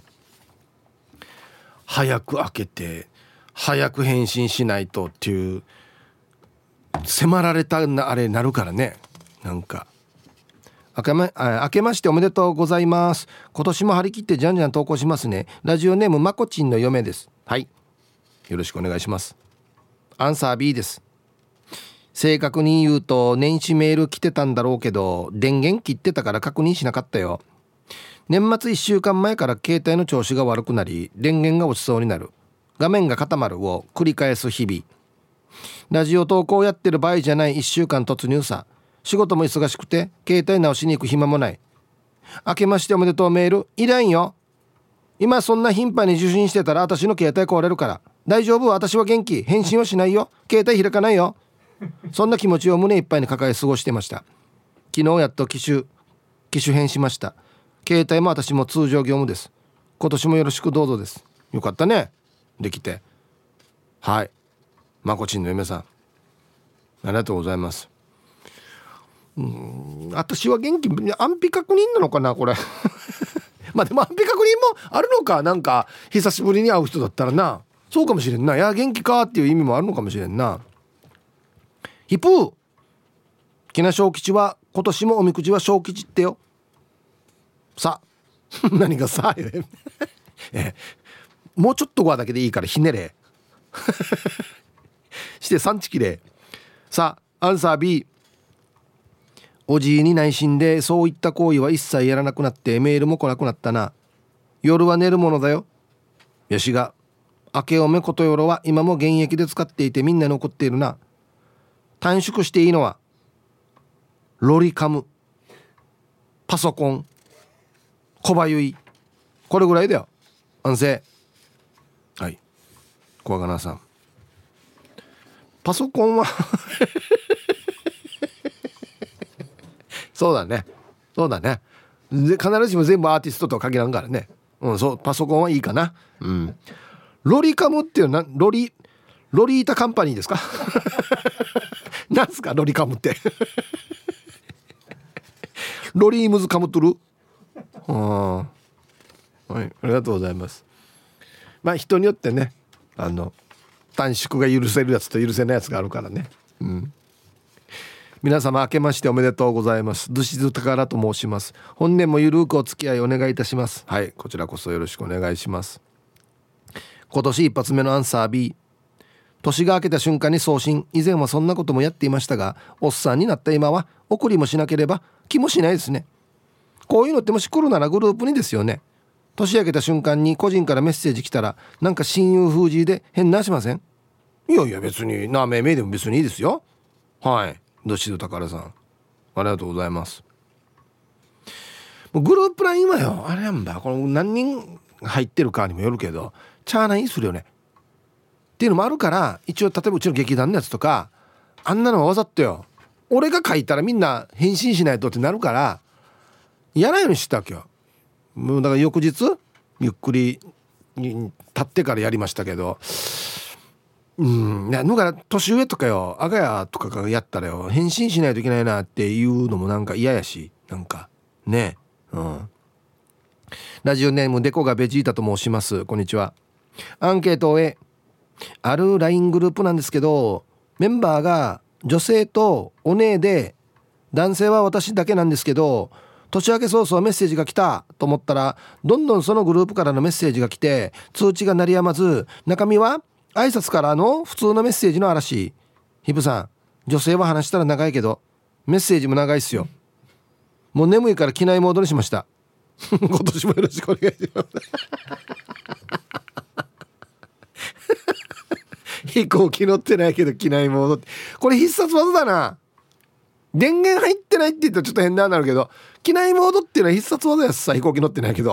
早く開けて早く返信しないとっていう迫られたあれなるからね。なんか明けま、あ、明けましておめでとうございます。今年も張り切ってじゃんじゃん投稿しますね。ラジオネームまこちんの嫁です。はい、よろしくお願いします。アンサー B です。正確に言うと年始メール来てたんだろうけど電源切ってたから確認しなかったよ。年末いっしゅうかんまえから携帯の調子が悪くなり電源が落ちそうになる、画面が固まるを繰り返す日々。ラジオ投稿やってる場合じゃないいっしゅうかん突入さ。仕事も忙しくて携帯直しに行く暇もない。明けましておめでとうメールいらんよ。今そんな頻繁に受信してたら私の携帯壊れるから。大丈夫、私は元気、返信はしないよ、携帯開かないよ。そんな気持ちを胸いっぱいに抱え過ごしてました。昨日やっと機種機種変しました。携帯も私も通常業務です。今年もよろしくどうぞです。よかったねできて。はい、まこちんの嫁さんありがとうございます。 うん、私は元気、安否確認なのかなこれまあでも安否確認もあるのか、なんか久しぶりに会う人だったらな、そうかもしれんな。いや元気かっていう意味もあるのかもしれんな。ヒプー、きな小吉は今年もおみくじは小吉ってよ。さ何がさえもうちょっとごわだけでいいからひねれしてさんちきれい。さあアンサー B、 おじいに内心でそういった行為は一切やらなくなってメールも来なくなったな。夜は寝るものだよ。よしが明けおめことよろは今も現役で使っていてみんな残っているな。短縮していいのはロリカム、パソコン、小ばゆい、これぐらいだよ。安静。はい、小若菜さん、パソコンはそうだね、そうだね。で必ずしも全部アーティストとは限らんからね。うん、そうパソコンはいいかな。うん。ロリカムっていうのはロリロリータカンパニーですかなんすかロリカムってロリームズカムトゥル。あ、はい、ありがとうございます。まあ人によってね、あの短縮が許せるやつと許せないやつがあるからね。うん。皆様明けましておめでとうございます。ドゥシズタカラと申します。本年もゆるくお付き合いお願いいたします。はい、こちらこそよろしくお願いします。今年一発目のアンサー B、 年が明けた瞬間に送信。以前はそんなこともやっていましたが、おっさんになった今は送りもしなければ気もしないですね。こういうのってもし来るならグループにですよね。年明けた瞬間に個人からメッセージ来たらなんか親友封じで変なしません？いやいや別になめめでも別にいいですよ。はい、どしどたからさんありがとうございます。もうグループラインはよあれなんだ、この何人入ってるかにもよるけどチャーナインするよねっていうのもあるから、一応例えばうちの劇団のやつとかあんなのはわざとよ、俺が書いたらみんな返信しないとってなるからやらないようにしてたわけよ。もうだから翌日ゆっくり経ってからやりましたけど、うんだから年上とかよアガヤとかがやったらよ返信しないといけないなっていうのもなんか嫌やし、なんかね。うん。ラジオネームデコがベジータと申します。こんにちは。アンケートへある ライン グループなんですけど、メンバーが女性とお姉で男性は私だけなんですけど、年明け早々メッセージが来たと思ったらどんどんそのグループからのメッセージが来て通知が鳴りやまず、中身は挨拶からの普通のメッセージの嵐。ヒブさん、女性は話したら長いけどメッセージも長いっすよ。もう眠いから機内モードにしました今年もよろしくお願いします飛行機乗ってないけど機内モードってこれ必殺技だな。電源入ってないって言ったらちょっと変ななるけど、機内モードっていうのは必殺技やさ。飛行機乗ってないけど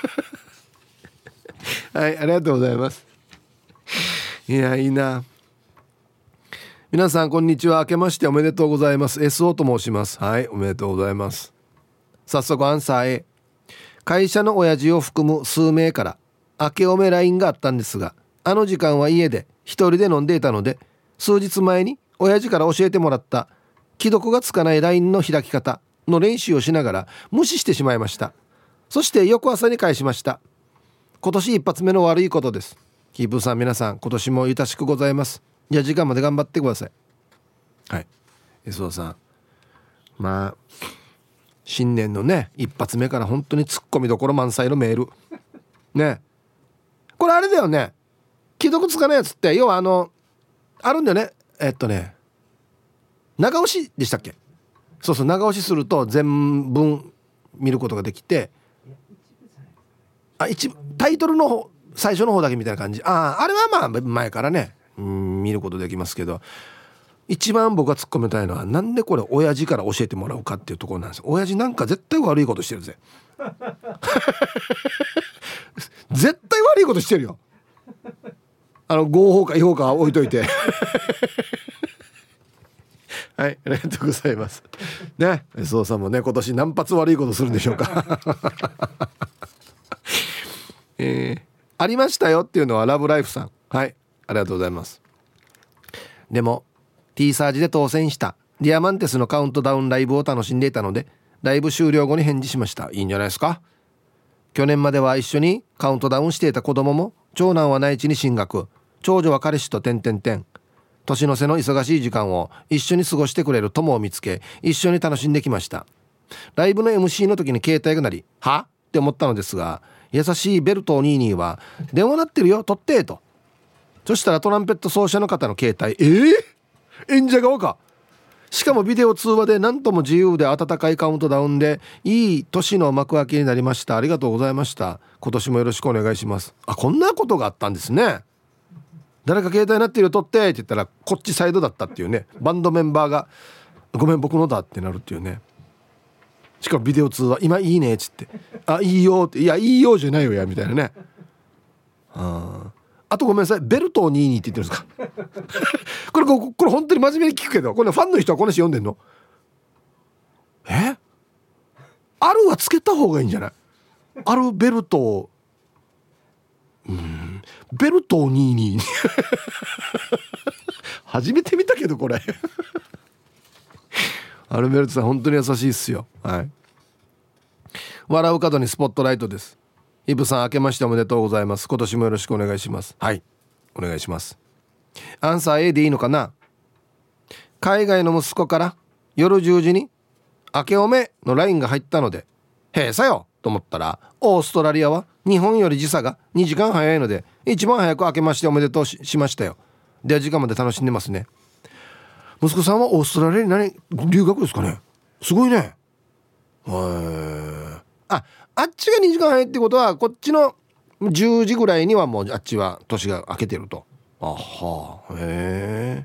はい、ありがとうございます。いやいいな。皆さんこんにちは。明けましておめでとうございます。 エスオー と申します。はい、おめでとうございます。早速アンサー A、 会社の親父を含む数名から明けおめ ライン があったんですが、あの時間は家で一人で飲んでいたので、数日前に親父から教えてもらった既読がつかない ライン の開き方の練習をしながら無視してしまいました。そして翌朝に返しました。今年一発目の悪いことです。キープさん、皆さん今年もゆたしくございます。じゃあ時間まで頑張ってください。はい、エスオーさん、まあ新年のね一発目から本当にツッコミどころ満載のメールね。これあれだよね、既読つかないやつって要はあのあるんだよね。えっとね長押しでしたっけ。そうそう、長押しすると全文見ることができて、あ一タイトルの方最初の方だけみたいな感じ。ああ、あれはまあ前からね、うん、見ることできますけど、一番僕が突っ込みたいのはなんでこれ親父から教えてもらうかっていうところなんですよ。親父なんか絶対悪いことしてるぜ絶対悪いことしてるよ。あの合法か違法かは置いといてはい、ありがとうございますね。そうさんもね今年何発悪いことするんでしょうかえー、ありましたよっていうのはラブライフさん、はい、ありがとうございます。でも T サージで当選したディアマンテスのカウントダウンライブを楽しんでいたので、ライブ終了後に返事しました。いいんじゃないですか。去年までは一緒にカウントダウンしていた子供も、長男は内地に進学、長女は彼氏と点々点。年の瀬の忙しい時間を一緒に過ごしてくれる友を見つけ、一緒に楽しんできました。ライブの エムシー の時に携帯が鳴り、はって思ったのですが、優しいベルトニーニーは電話鳴ってるよ取ってと。そしたらトランペット奏者の方の携帯、えー、演者側か。しかもビデオ通話で何とも自由で温かいカウントダウンで、いい年の幕開けになりました。ありがとうございました。今年もよろしくお願いします。あ、こんなことがあったんですね。誰か携帯になってるよ取ってって言ったら、こっちサイドだったっていうね。バンドメンバーがごめん僕のだってなるっていうね。しかもビデオ通話、今いいねっつって、あいいよって、いやいいよじゃないよやみたいなね。ああとごめんなさい、ベルトをにじゅうにって言ってるんですかこれこれ本当に真面目に聞くけど、これファンの人はこの人読んでんの？えあるはつけた方がいいんじゃない？あるベルトを、うんベルトをにじゅうに初めて見たけどこれアルベルトさん本当に優しいっすよ。はい。笑う角にスポットライトです。イブさん明けましておめでとうございます。今年もよろしくお願いします。はい、お願いします。アンサー A でいいのかな。海外の息子から夜じゅうじに明けおめの ライン が入ったので、へえさよと思ったら、オーストラリアは日本より時差がにじかん早いので、一番早く明けましておめでとう し, しましたよ。では時間まで楽しんでますね。息子さんはオーストラリアに何留学ですかね。すごいね。はい。あ、あっちがにじかん早いってことは、こっちのじゅうじぐらいにはもうあっちは年が明けてると。あは、へえ。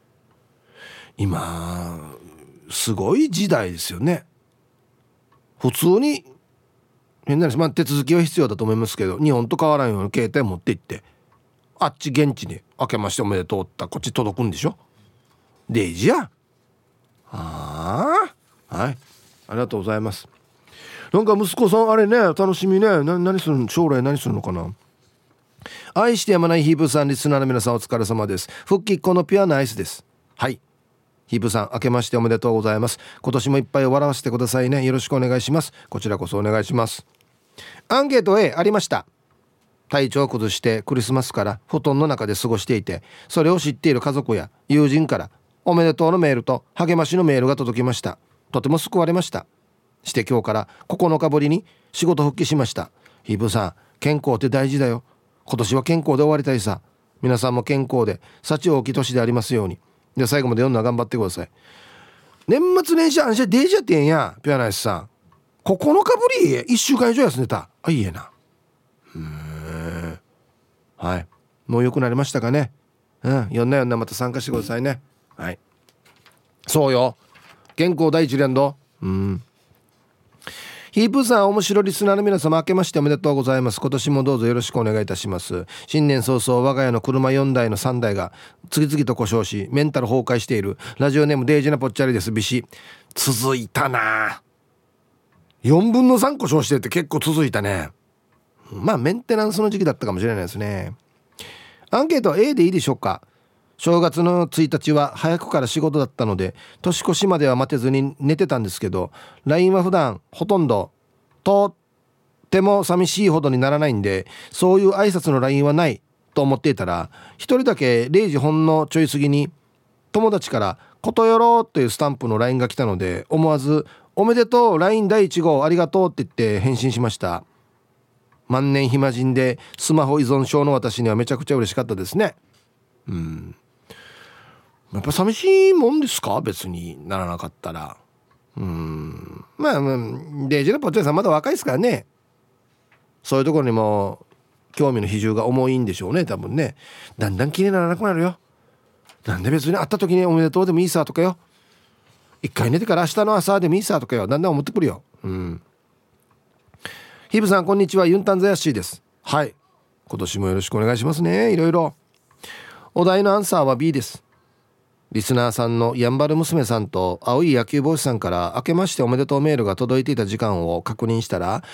今すごい時代ですよね。普通に変な話、まあ、手続きは必要だと思いますけど、日本と変わらんような携帯持って行って、あっち現地に明けましておめでとうってこっち届くんでしょ。デイジや。ああ、はい、ありがとうございます。なんか息子さんあれね、楽しみね。な何するの、将来何するのかな。愛してやまないヒープさん、リスナーの皆さんお疲れ様です。復帰っ子のピュアなアイスです。はい、ヒープさん明けましておめでとうございます。今年もいっぱい笑わせてくださいね。よろしくお願いします。こちらこそお願いします。アンケート A ありました。体調を崩してクリスマスから布団の中で過ごしていて、それを知っている家族や友人からおめでとうのメールと励ましのメールが届きました。とても救われました。して今日からここのかぶりに仕事復帰しました。ヒープさん、健康って大事だよ。今年は健康で終わりたいさ。皆さんも健康で幸大きい年でありますように。では最後まで読んだら頑張ってください。年末年始あんしゃデージやってんや。ピュアナイスさん、ここのかぶりいっしゅうかん以上休んでた。あ、いいえな。うーん、はい、もう良くなりましたかね。うん、読んだ読んだまた参加してくださいね。はい、そうよ、健康第一連動。うん。ヒープーさん、面白リスナーの皆様明けましておめでとうございます。今年もどうぞよろしくお願いいたします。新年早々我が家の車よんだいのさんだいが次々と故障しメンタル崩壊しているラジオネームデイジナぽっちゃりです。ビシ続いたな。よんぶんのさん故障してって結構続いたね。まあメンテナンスの時期だったかもしれないですね。アンケート A でいいでしょうか。正月のついたちは早くから仕事だったので年越しまでは待てずに寝てたんですけど、 ライン は普段ほとんどとっても寂しいほどにならないんで、そういう挨拶の ライン はないと思っていたら、一人だけれいじほんのちょい過ぎに友達からことよろというスタンプの ライン が来たので、思わずおめでとう ライン だいいち号ありがとうって言って返信しました。万年暇人でスマホ依存症の私にはめちゃくちゃ嬉しかったですね。うん、やっぱ寂しいもんですか。別にならなかったら。うーん、まあ、まあ、デイジのポッチャリさんまだ若いですからね。そういうところにも興味の比重が重いんでしょうね、多分ね。だんだん気にならなくなるよ。なんで別に会った時におめでとうでもいいさとかよ、一回寝てから明日の朝でもいいさとかよ、だんだん思ってくるよ。うん。ヒブさんこんにちは、ユンタンザヤッシーです。はい、今年もよろしくお願いしますね。いろいろお題のアンサーは B です。リスナーさんのやんばる娘さんと青い野球帽子さんから明けましておめでとうメールが届いていた時間を確認したら、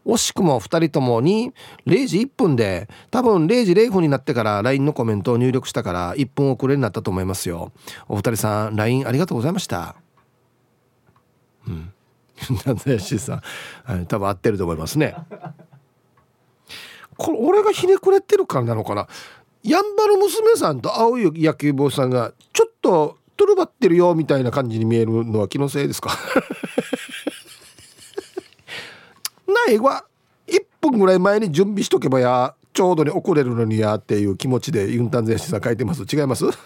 惜しくもふたりともにれいじいっぷんで、多分れいじぜろふんになってから ライン のコメントを入力したからいっぷん遅れになったと思いますよ。お二人さん ライン ありがとうございました。うん夏吉さん、はい、多分合ってると思いますね。これ俺がひねくれてるからなのかな。やんばる娘さんと青い野球帽さんがちょっとトルバってるよみたいな感じに見えるのは気のせいですか。ないわ、いっぷんぐらい前に準備しとけばやちょうどに遅れるのにやっていう気持ちでユンタンゼンシさん書いてます。違います？い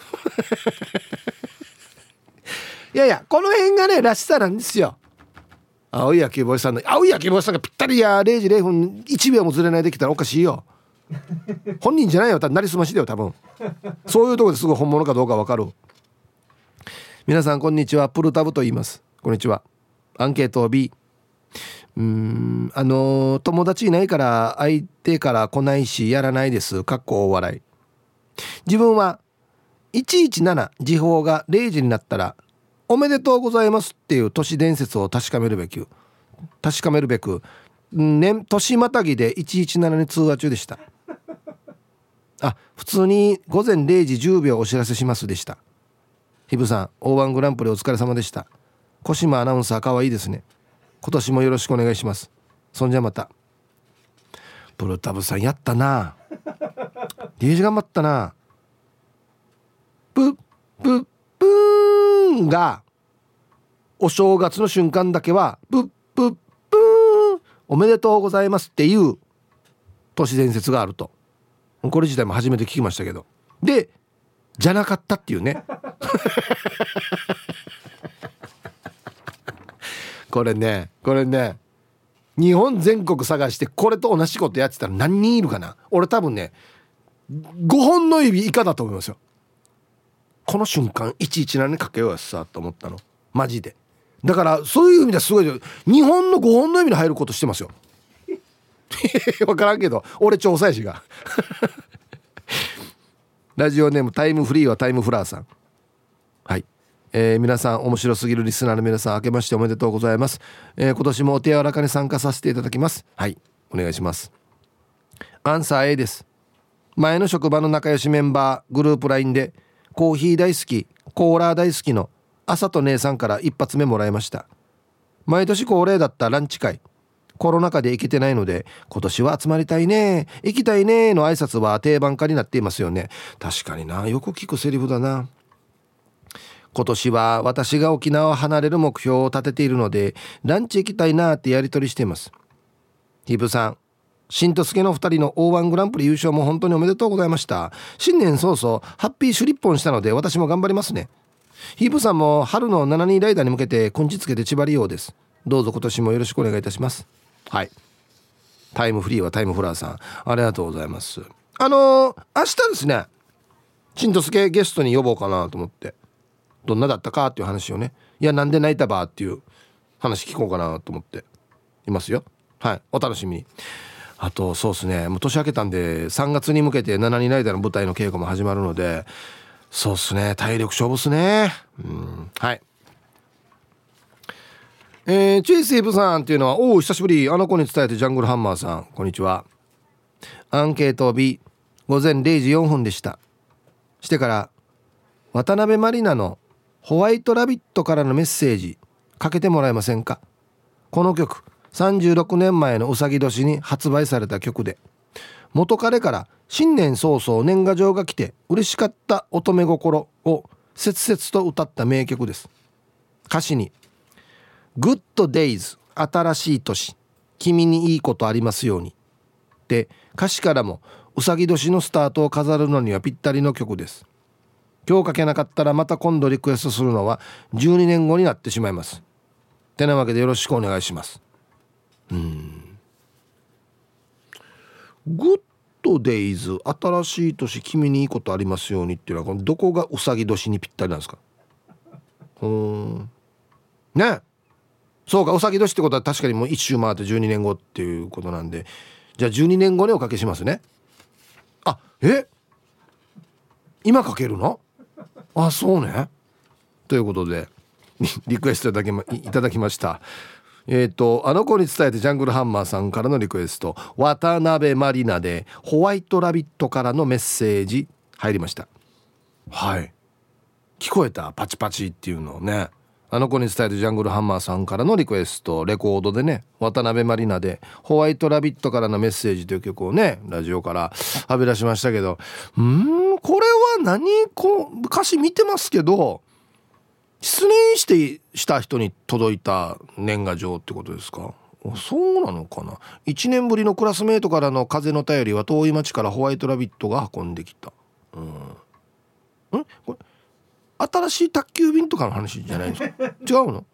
やいや、この辺がねらしさなんですよ。青い野球帽さんの青い野球帽さんがぴったりやれいじぜろふんいちびょうもずれないできたらおかしいよ。本人じゃないよ、多分なりすましだよ多分。そういうところですぐ本物かどうか分かる。皆さんこんにちは、プルタブと言います。こんにちは。アンケート B。 うーんあのー、友達いないから相手から来ないしやらないです。かっこ大笑い。自分はいちいちなな時報がれいじになったらおめでとうございますっていう都市伝説を確かめるべく確かめるべく年年またぎでいちいちななに通話中でした。あ、普通に午前れいじじゅうびょうお知らせしますでした。ヒブさん オーワン グランプリお疲れ様でした。小島アナウンサーかわいいですね。今年もよろしくお願いします。そんじゃまた。プルタブさんやったな。デージ頑張ったな。プップップーンがお正月の瞬間だけはプップップーンおめでとうございますっていう都市伝説があると。これ自体も初めて聞きましたけど、でじゃなかったっていうね。これねこれね日本全国探してこれと同じことやってたら何人いるかな。俺多分ねごほんの指以下だと思いますよ。この瞬間いちいちななにかけようやさと思ったのマジで。だからそういう意味ではすごい日本のごほんの指に入ることしてますよ。分からんけど俺調査師が。ラジオネームタイムフリーはタイムフラーさん。はい、えー、皆さん面白すぎるリスナーの皆さん明けましておめでとうございます。えー、今年もお手柔らかに参加させていただきます。はい、お願いします。アンサー A です。前の職場の仲良しメンバーグループ ライン でコーヒー大好きコーラ大好きの朝と姉さんから一発目もらいました。毎年恒例だったランチ会、コロナ禍で行けてないので今年は集まりたいね行きたいねの挨拶は定番化になっていますよね。確かにな、よく聞くセリフだな。今年は私が沖縄を離れる目標を立てているのでランチ行きたいなってやり取りしています。ヒブさん、しんとすけのふたりの オーワン グランプリ優勝も本当におめでとうございました。新年早々ハッピーシュリッポンしたので私も頑張りますね。ヒープさんも春のななにんライダーに向けて根治つけて縛りようです。どうぞ今年もよろしくお願いいたします。はい、タイムフリーはタイムフラーさんありがとうございます。あのー、明日ですねしんとすけゲストに呼ぼうかなと思って、どんなだったかっていう話をね、いやなんで泣いたばっていう話聞こうかなと思っていますよ。はい、お楽しみに。あとそうですね、もう年明けたんでさんがつに向けてななにんライダーの舞台の稽古も始まるので、そうですね、体力勝負っすね。うん、はい。えー、チェイスイブさんっていうのはおお久しぶり、あの子に伝えてジャングルハンマーさんこんにちは。アンケート B、 午前れいじよんぷんでした。してから渡辺満里奈のホワイトラビットからのメッセージかけてもらえませんか。この曲さんじゅうろくねんまえのうさぎ年に発売された曲で、元彼から新年早々年賀状が来て嬉しかった乙女心を切々と歌った名曲です。歌詞にグッドデイズ新しい年君にいいことありますようにで、歌詞からもうさぎ年のスタートを飾るのにはぴったりの曲です。今日かけなかったらまた今度リクエストするのはじゅうにねんごになってしまいます。てなわけでよろしくお願いします。うーん、グッドデイズ新しい年君にいいことありますようにっていうのはこのどこがうさぎ年にぴったりなんですか。うーんね、そうか、うさぎ年ってことは確かにもう一周回ってじゅうにねんごっていうことなんで、じゃあじゅうにねんごにおかけしますね。あ、え今かけるの？あ、そうね。ということでリクエストいただきま、いただきました。 えっとあの子に伝えてジャングルハンマーさんからのリクエスト、渡辺満里奈でホワイトラビットからのメッセージ入りました。はい、聞こえたパチパチっていうのをね。あの子に伝えてジャングルハンマーさんからのリクエスト、レコードでね、渡辺満里奈でホワイトラビットからのメッセージという曲をね、ラジオからはび出しましたけど、うーんこれは何、こう歌詞見てますけど、失恋してした人に届いた年賀状ってことですか。そうなのかな。いちねんぶりのクラスメートからの風の便りは遠い町からホワイトラビットが運んできた。うんんこれ新しい宅急便とかの話じゃないんですか。違うの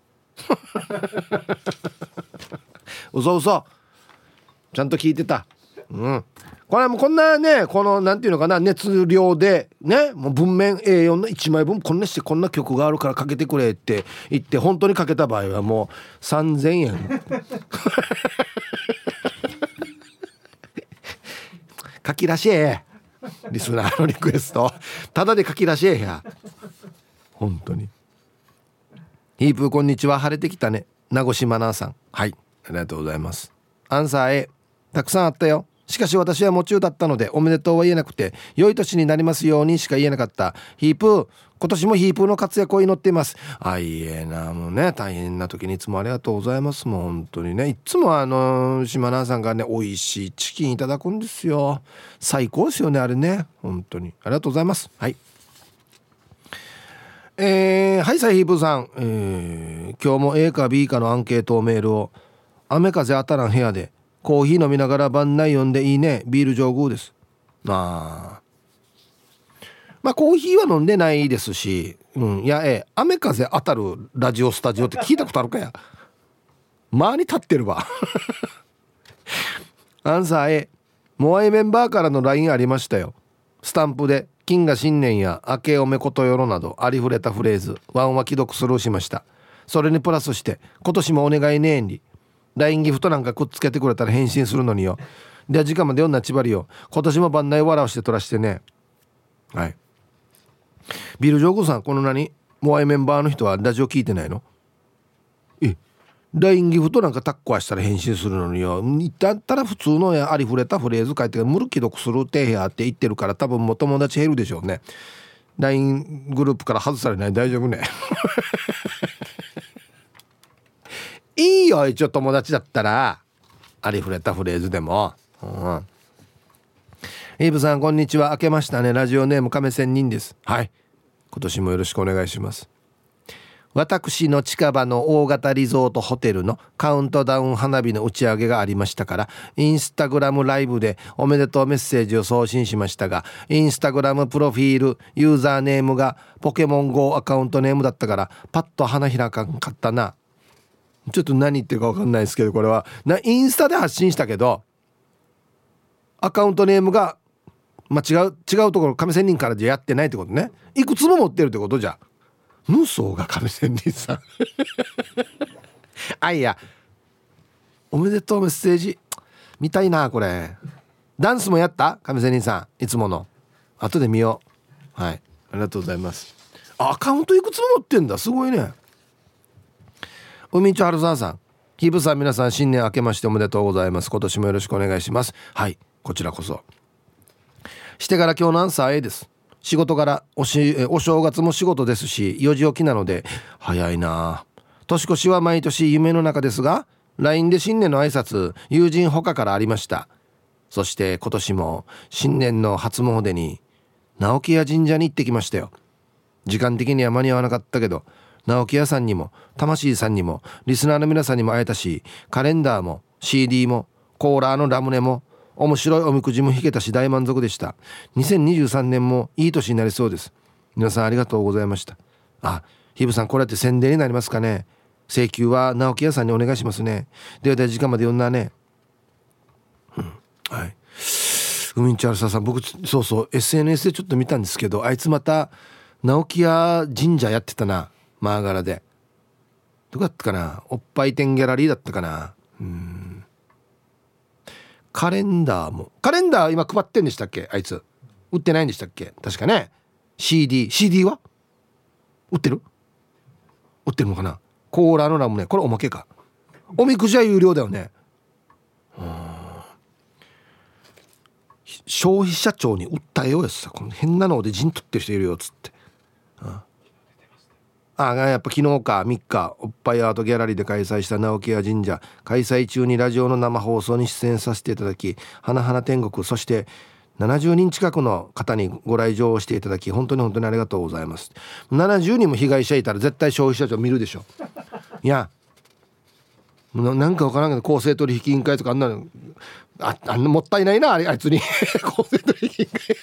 嘘嘘ちゃんと聞いてた。うん、これはもうこんなね、このなんていうのかな、熱量でね、もう文面 エーよん のいちまいぶんこんなしてこんな曲があるからかけてくれって言って本当にかけた場合はもうさんぜんえん書き出しえリスナーのリクエストただで書き出しえや本当に。ヒープーこんにちは、晴れてきたね、名越マナーさん。はい、ありがとうございます。アンサー A、 たくさんあったよ。しかし私は夢中だったのでおめでとうは言えなくて、良い年になりますようにしか言えなかった。ヒープー今年もヒープーの活躍を祈っています。あいえな、もうね、大変な時にいつもありがとうございます。もう本当にね、いつもあの島奈さんがね、美味しいチキンいただくんですよ。最高ですよねあれね、本当にありがとうございます。はい、えー、はいさいヒープーさん、えー、今日も A か B かのアンケートメールを、雨風当たらん部屋でコーヒー飲みながら晩内読んでいいね、ビール上宮です。まあまあコーヒーは飲んでないですし、うん、いやえー、雨風当たるラジオスタジオって聞いたことあるかや。周り立ってるわアンサー A、 モアイメンバーからの ライン ありましたよ。スタンプで金が新年や明けおめことよろなどありふれたフレーズワンは既読スルーしました。それにプラスして今年もお願いねえに ライン ギフトなんかくっつけてくれたら返信するのによ。では時間まで読んなちばりよ、今年も番内笑わして取らしてね。はい、ビルジョーゴさん、この何モアイメンバーの人はラジオ聞いてないの？え ライン ギフトなんかタッコはしたら返信するのによ。だったら普通のやありふれたフレーズ書いて無理既読するてやって言ってるから、多分もう友達減るでしょうね。 ライン グループから外されない？大丈夫ねいいよ、一応友達だったらありふれたフレーズでも。うん、イーブさんこんにちは、明けましたね。ラジオネーム亀仙人です。はい、今年もよろしくお願いします。私の近場の大型リゾートホテルのカウントダウン花火の打ち上げがありましたから、インスタグラムライブでおめでとうメッセージを送信しましたが、インスタグラムプロフィールユーザーネームがポケモン ゴー アカウントネームだったからパッと花開かんかったな。ちょっと何言ってるか分かんないですけど、これはなインスタで発信したけどアカウントネームが、まあ、違う違うところ亀仙人からじゃやってないってことね。いくつも持ってるってことじゃ。無双が亀仙人さんあ、いやおめでとうメッセージ見たいな。これダンスもやった亀仙人さん、いつもの後で見よう。はい、ありがとうございます。あ、アカウントいくつも持ってんだ、すごいね。海一春沢さん、ヒブさん、皆さん新年明けましておめでとうございます。今年もよろしくお願いします。はい、こちらこそ。してから今日のアンサー A です。仕事柄 お, しお正月も仕事ですしよじ起きなので早いな。年越しは毎年夢の中ですが ライン で新年の挨拶友人他からありました。そして今年も新年の初詣に直木屋神社に行ってきましたよ。時間的には間に合わなかったけど直木屋さんにも魂さんにもリスナーの皆さんにも会えたし、カレンダーも シーディー もコーラーのラムネも面白いおみくじも引けたし大満足でした。にせんにじゅうさんねんもいい年になりそうです。皆さんありがとうございました。あ、ヒブさん、これって宣伝になりますかね。請求は直木屋さんにお願いしますね。ではでは時間まで読んだね。うん、はい。海んちゃるささん、僕そうそう エスエヌエス でちょっと見たんですけど、あいつまた直木屋神社やってたな、マーガラで。どこだったかな、おっぱい店ギャラリーだったかな。うん、カレンダーもカレンダー今配ってんでしたっけ。あいつ売ってないんでしたっけ、確かね。 シーディー シーディー は売ってる売ってるのかな。コーラのラムネ、これおまけか。 おみくじは有料だよね。消費者庁に訴えようやつさ、この変なので陣取ってる人いるよっつって。ああ、やっぱ昨日かみっかおっぱいアートギャラリーで開催した直木屋神社開催中にラジオの生放送に出演させていただき、花々天国、そしてななじゅうにん近くの方にご来場していただき、本当に本当にありがとうございます。ななじゅうにんも被害者いたら絶対消費者庁見るでしょ。いやな、なんかわからんけど公正取引委員会とかあんなの あ, あんなもったいないな、あれあいつに公正取引委員会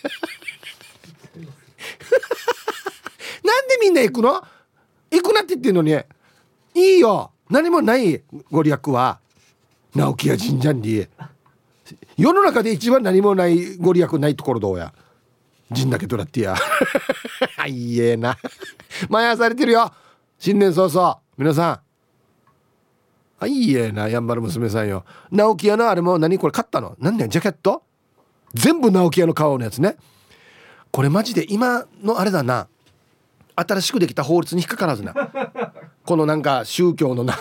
なんでみんな行くの、行くなって言ってんのに。いいよ、何もないご利益は直木屋神社に、世の中で一番何もないご利益ないところどうや、陣だけどらってやいいえな前やされてるよ、新年早々皆さん。あ、いいえな、やんばる娘さんよ。直木屋のあれも何これ買ったの、なんだよジャケット全部直木屋の顔のやつね。これマジで今のあれだな、新しくできた法律に引っかからずなこのなんか宗教のな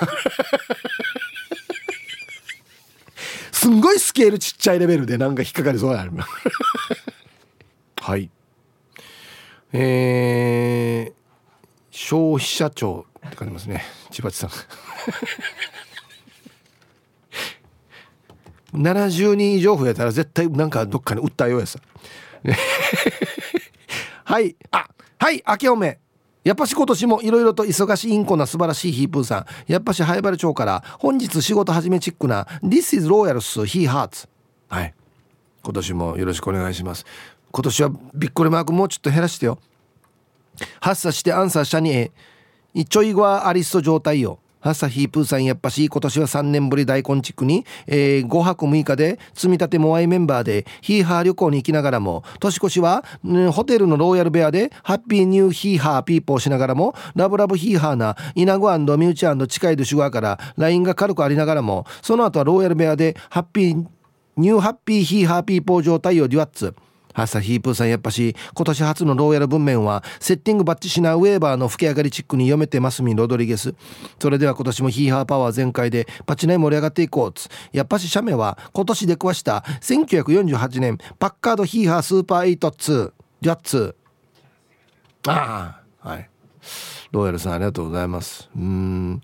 すんごいスケールちっちゃいレベルでなんか引っかかりそうやはい、えー、消費者庁って書いてますね、千葉地さんななじゅうにん以上増えたら絶対なんかどっかに訴えようやさはいあはい明けおめ、やっぱし今年もいろいろと忙しいインコな素晴らしいヒープーさん、やっぱし灰原町から本日仕事始めチックな This is Royals He Hearts、 はい、今年もよろしくお願いします。今年はびっくりマークもうちょっと減らしてよ。発作してアンサーしたにえちょいごアリスト状態よ。ハサヒープーさん、やっぱし今年はさんねんぶり大根地区に、えー、ごはくむいかで積み立てモアイメンバーでヒーハー旅行に行きながらも、年越しは、うん、ホテルのローヤルベアでハッピーニューヒーハーピーポーしながらも、ラブラブヒーハーなイナゴ&ミューチ&近いドシュガーから ライン が軽くありながらも、その後はローヤルベアでハッピーニューハッピーヒーハーピーポー状態をデュアッツ。ハッサヒープーさん、やっぱし今年初のローヤル文面はセッティングバッチしなウェーバーの吹き上がりチックに読めてますみロドリゲス。それでは今年もヒーハーパワー全開でパチナイ盛り上がっていこうつ。やっぱし写メは今年出くわしたせんきゅうひゃくよんじゅうはちねんパッカードヒーハースーパーエイトツージャッツ。ああ、はい、ローヤルさんありがとうございます。うーん、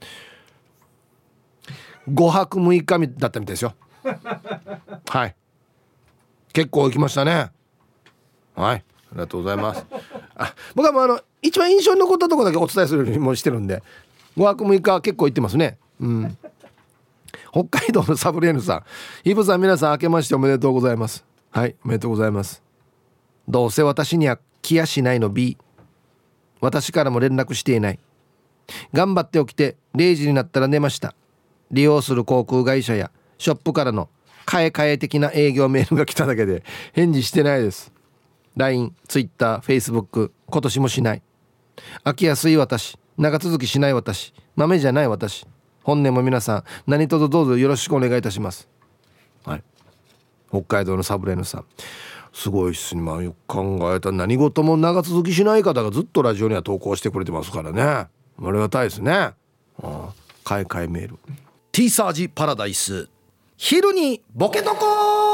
ごはくむいかだったみたいですよはい、結構行きましたね。はい、ありがとうございます。あ、僕はもうあの一番印象に残ったところだけお伝えするようにもしてるんで、ごはくむいか結構行ってますね。うん。北海道のサブレーヌさん、イブさん、皆さん明けましておめでとうございます。はい、おめでとうございます。どうせ私には来やしないの B、 私からも連絡していない。頑張って起きてれいじになったら寝ました。利用する航空会社やショップからの買え買え的な営業メールが来ただけで返事してないです。 ライン、ツイッター、フェイスブック、今年もしない。飽きやすい私、長続きしない私、豆じゃない私、本年も皆さん何卒どうぞよろしくお願いいたします。はい、北海道のサブレーヌさん、すごいっすね。まあよく考えたら何事も長続きしない方がずっとラジオには投稿してくれてますからね、ありがたいですね。ああ、買い替えメール。 T サージパラダイス、昼にボケとこ。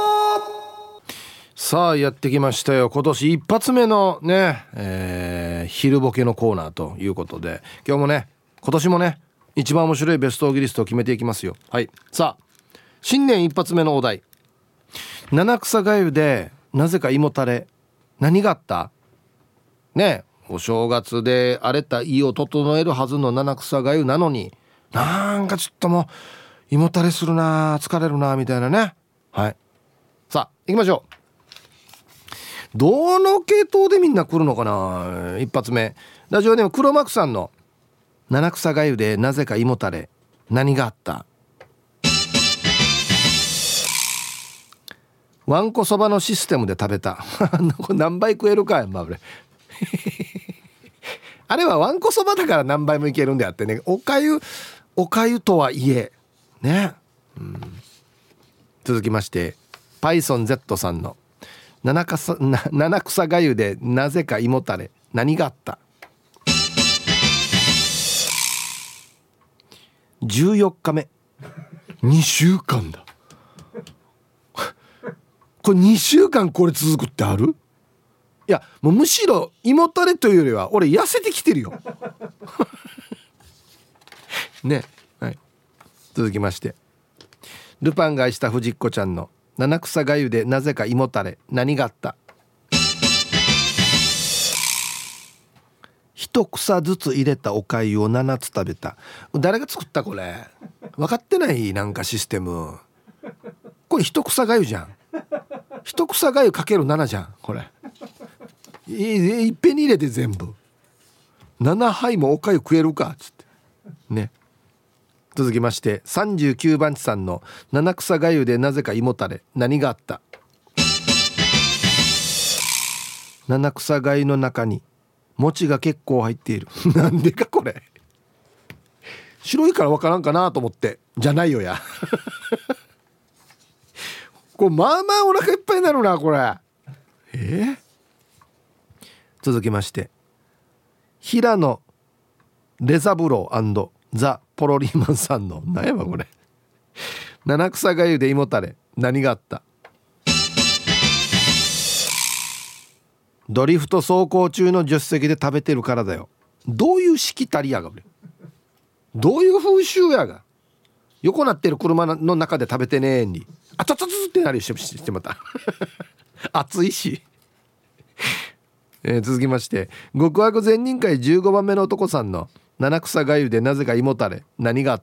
さあやってきましたよ、今年一発目のね、えー、昼ボケのコーナーということで、今日もね、今年もね、一番面白いベストオギリストを決めていきますよ。はい、さあ新年一発目のお題、七草がゆでなぜか胃もたれ、何があったね。お正月で荒れた胃を整えるはずの七草がゆなのに、なんかちょっともう胃もたれするな、疲れるなみたいなね。はい、さあ行きましょう。どの系統でみんな来るのかな。一発目、ラジオネーム黒幕さんの七草がゆでなぜか胃もたれ、何があった。わんこそばのシステムで食べた何倍食えるかやん、まあ、あれはわんこそばだから何倍もいけるんであってね、おかゆおかゆとはいえね、うん、続きましてパイソン Z さんの七草、七草がゆでなぜか胃もたれ、何があった。じゅうよっかめにしゅうかんだこれにしゅうかんこれ続くってある？いやもうむしろ胃もたれというよりは俺痩せてきてるよね。はい、続きまして、ルパンが愛した藤子ちゃんの七草がゆでなぜか胃もたれ何があった？一草ずつ入れたお粥をななつ食べた。誰が作ったこれ？分かってない？なんかシステムこれ一草がゆじゃん。一草がゆかけるななじゃんこれ。い, い, いっぺんに入れて全部ななはいもおかゆ食えるかっつってね。続きまして、さんじゅうきゅうばん地さんの七草がゆでなぜか胃もたれ何があった？七草がゆの中に餅が結構入っているなんでかこれ。白いからわからんかなと思って。じゃないよやこれまあまあお腹いっぱいになるなこれ。えー、続きまして、平野レザブロー&ザ・ポロリーマンさんの何やばこれ七草がゆで胃もたれ何があった？ドリフト走行中の助手席で食べてるからだよ。どういうしきたりやが、どういう風習やが。横なってる車の中で食べてねえにあたたつってなりしてしてまた暑いしえー、続きまして、極悪善人会じゅうごばんめの男さんの七草がゆでなぜか胃もたれ何があった？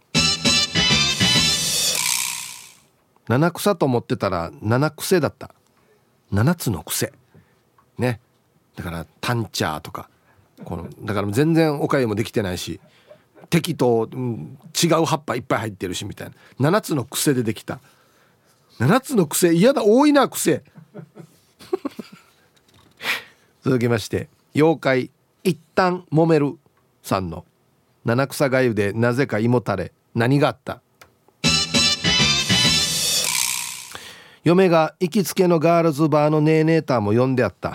七草と思ってたら七癖だった。七つの癖ね。だからタンチャーとかこのだから全然おかゆもできてないし適当、うん、違う葉っぱいっぱい入ってるしみたいな七つの癖でできた。七つの癖嫌だ、多いな癖続きまして、妖怪一旦揉めるさんの七草がゆでなぜか胃もたれ何があった？嫁が行きつけのガールズバーのネーネーターも呼んであった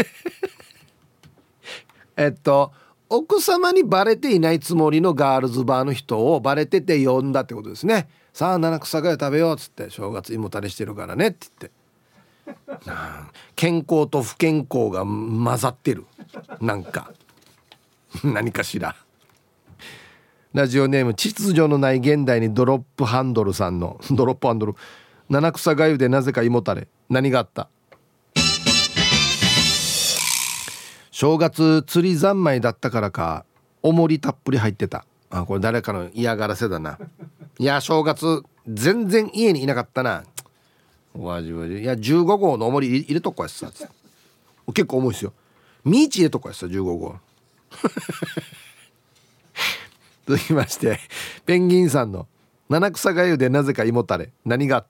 えっと奥様にバレていないつもりのガールズバーの人をバレてて呼んだってことですね。さあ七草がゆ食べようっつって、正月胃もたれしてるからねって言って健康と不健康が混ざってるなんか何かしら。ラジオネーム秩序のない現代にドロップハンドルさんのドロップハンドル七草がゆでなぜか胃もたれ何があった？正月釣り三昧だったからかおもりたっぷり入ってた。あ、これ誰かの嫌がらせだな。いや正月全然家にいなかったな。わじわじ、いやじゅうごごうのおもり入れとこやさ結構重いですよ。ミーチ入れとこやさじゅうごごう続きまして、ペンギンさんの七草がゆでなぜか胃もたれ何があった？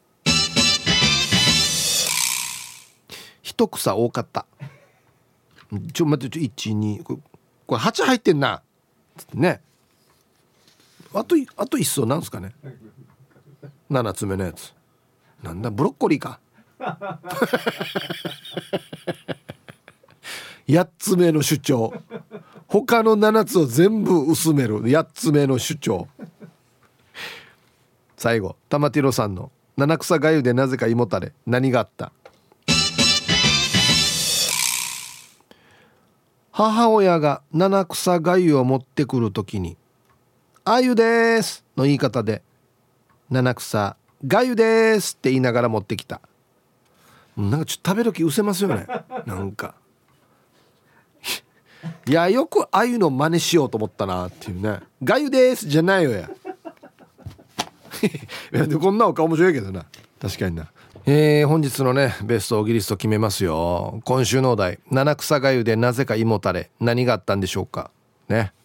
一草多かった。ちょ待って、ちょいちにこれはち入ってんなつってね。あとあと一層なんすかね。ななつめのやつなんだ、ブロッコリーかやっつめの主張、他のななつを全部薄めるやっつめの主張。最後、玉ティロさんの七草がゆでなぜか胃もたれ何があった？母親が七草がゆを持ってくるときにあゆですの言い方で七草がゆですって言いながら持ってきた。なんかちょっと食べる気失せますよねなんかいやよくあゆの真似しようと思ったなっていうね。がゆですじゃないよやいやでこんなお顔面白いけどな、確かにな。えー、本日のねベストオギリスト決めますよ。今週のお題、七草がゆでなぜか胃もたれ何があったんでしょうかね。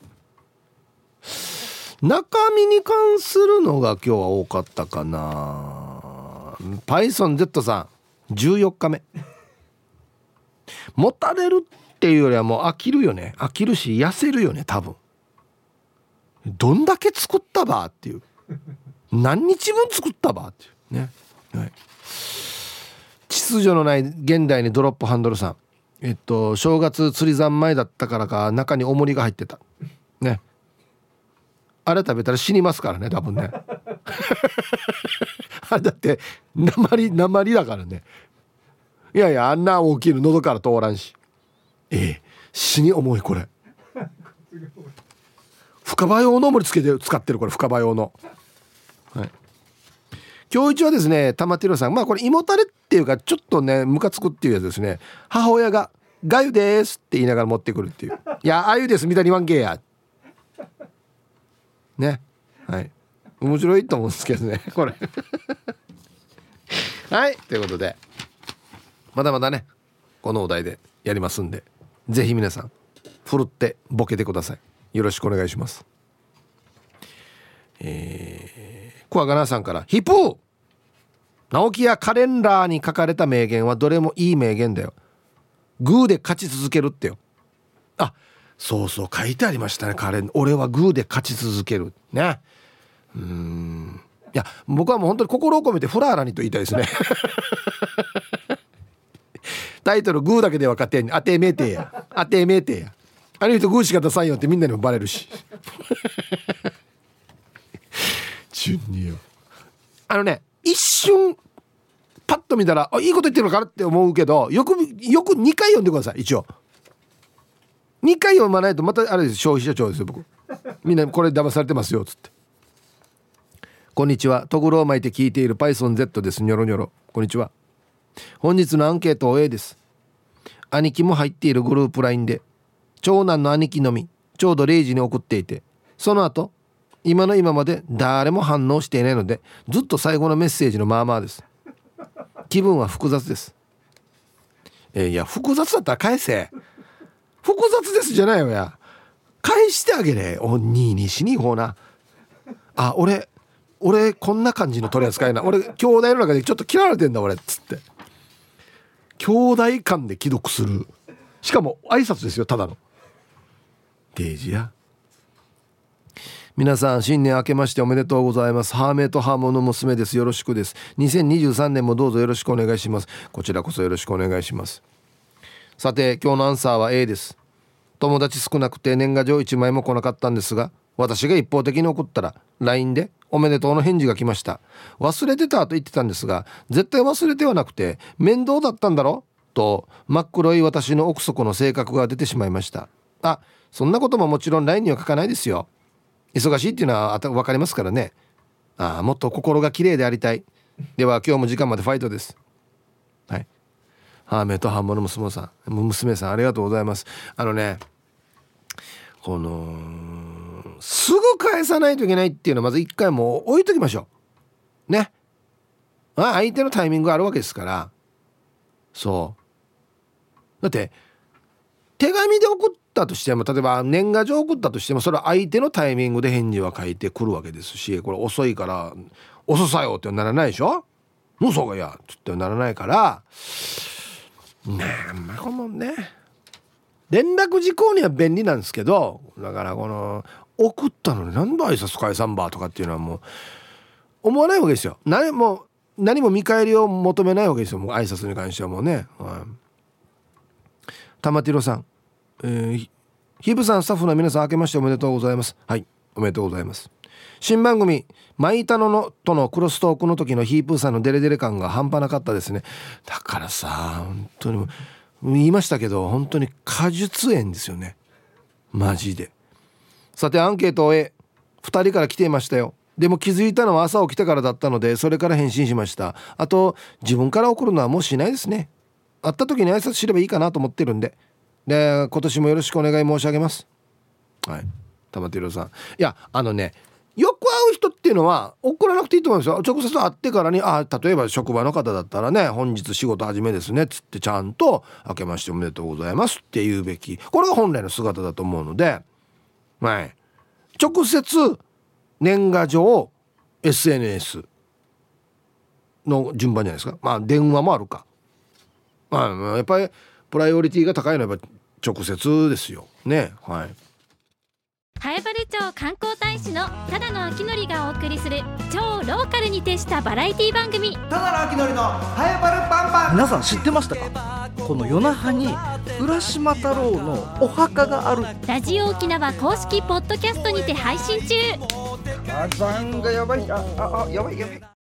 中身に関するのが今日は多かったかな。 PythonZ さんじゅうよっかめもたれるっていうよりはもう飽きるよね。飽きるし痩せるよね多分。どんだけ作ったばっていう何日分作ったばっていうね、はい、秩序のない現代にドロップハンドルさん、えっと正月釣り三昧だったからか中に重りが入ってたね。あれ食べたら死にますからね多分ねあれだって鉛鉛だからね。いやいや、あんな大きいの喉から通らんし。ええ、死に重いこれ。深場用のもりつけて使ってるこれ、深場用の。はい。今日一はですね、玉ティロさん、まあこれ胃もたれっていうかちょっとねムカつくっていうやつですね。母親がガユですって言いながら持ってくるっていう。いや、あゆですみたいに言わんけやね。はい、面白いと思うんですけどねこれはい、ということでまだまだねこのお題でやりますんで、ぜひ皆さんふるってボケてください。よろしくお願いします。えー、クワガナさんから、ヒップー直木やカレンダーに書かれた名言はどれもいい名言だよ。グーで勝ち続けるってよ。あ、そうそう書いてありましたね、カレン。俺はグーで勝ち続けるね。うーん、いや僕はもう本当に心を込めてフラーラにと言いたいですねタイトルグーだけで分かってんに当てめえてや当てめえてや、あの人グーしか出さんよってみんなにもバレるし順によ、あのね一瞬パッと見たらあいいこと言ってるのかなって思うけど、よくよくにかい読んでください。一応にかい読まないとまたあれです、消費者庁ですよ僕。みんなこれ騙されてますよつって。こんにちは、トグロを巻いて聞いている PythonZ です。ニョロニョロ、こんにちは。本日のアンケートを A です。兄貴も入っているグループ ライン で長男の兄貴のみちょうどれいじに送っていて、その後今の今まで誰も反応していないのでずっと最後のメッセージのまあまあです。気分は複雑です。えー、いや複雑だったら返せ。複雑ですじゃないよや、返してあげれ。おにいにしにほうなあ、俺俺こんな感じの取り扱いな、俺兄弟の中でちょっと嫌われてんだ俺っつって、兄弟間で既読する、しかも挨拶ですよ、ただのデイジや。皆さん新年明けましておめでとうございます。ハーメイとハーモンの娘です。よろしくです。にせんにじゅうさんねんもどうぞよろしくお願いします。こちらこそよろしくお願いします。さて今日のアンサーは A です。友達少なくて年賀状いちまいも来なかったんですが、私が一方的に送ったら ライン でおめでとうの返事が来ました。忘れてたと言ってたんですが、絶対忘れてはなくて面倒だったんだろと真っ黒い私の奥底の性格が出てしまいました。あ、そんなことももちろん ライン には書かないですよ。忙しいっていうのは分かりますからね。ああ、もっと心が綺麗でありたい。では今日も時間までファイトです。はい、ハーメイとハーモンの娘さん娘さんありがとうございます。あのね、このすぐ返さないといけないっていうのはまず一回もう置いときましょうね。あ、相手のタイミングがあるわけですから。そうだって手紙で送ったとしても、例えば年賀状送ったとしても、それは相手のタイミングで返事は書いてくるわけですし、これ遅いから遅さよってならないでしょ。もうそうかやっつってならないからね。え、まあこのね連絡事項には便利なんですけど、だからこの送ったのに何度挨拶返さんばとかっていうのはもう思わないわけですよ。何も何も見返りを求めないわけですよ、もう挨拶に関してはもうね。はい、玉ティロさん、えー、ヒブさんスタッフの皆さん明けましておめでとうございます。はい、おめでとうございます。新番組マイタノのとのクロストークの時のヒープーさんのデレデレ感が半端なかったですね。だからさ本当に言いましたけど本当に果実園ですよねマジで。さてアンケートを A ふたりから来ていましたよ。でも気づいたのは朝起きてからだったのでそれから返信しました。あと自分から送るのはもうしないですね。会った時に挨拶すればいいかなと思ってるんで、で今年もよろしくお願い申し上げます。はい、玉ティロさん、いやあのねよく会う人っていうのは送らなくていいと思うんですよ。直接会ってからに、あ、例えば職場の方だったらね、本日仕事始めですねっつってちゃんと明けましておめでとうございますって言うべき、これが本来の姿だと思うので、はい、直接年賀状 エスエヌエス の順番じゃないですか。まあ電話もあるか、まあ、やっぱりプライオリティが高いのはやっぱ直接ですよね。はい、 南風原町観光大使のただのあきのりがお送りする超ローカルに徹したバラエティ番組、 ただのあきのりのハエバルパンパン。皆さん知ってましたか？この与那覇に浦島太郎のお墓がある。 ラジオ沖縄公式ポッドキャストにて配信中。 火山がやばい。あああやばいやばい。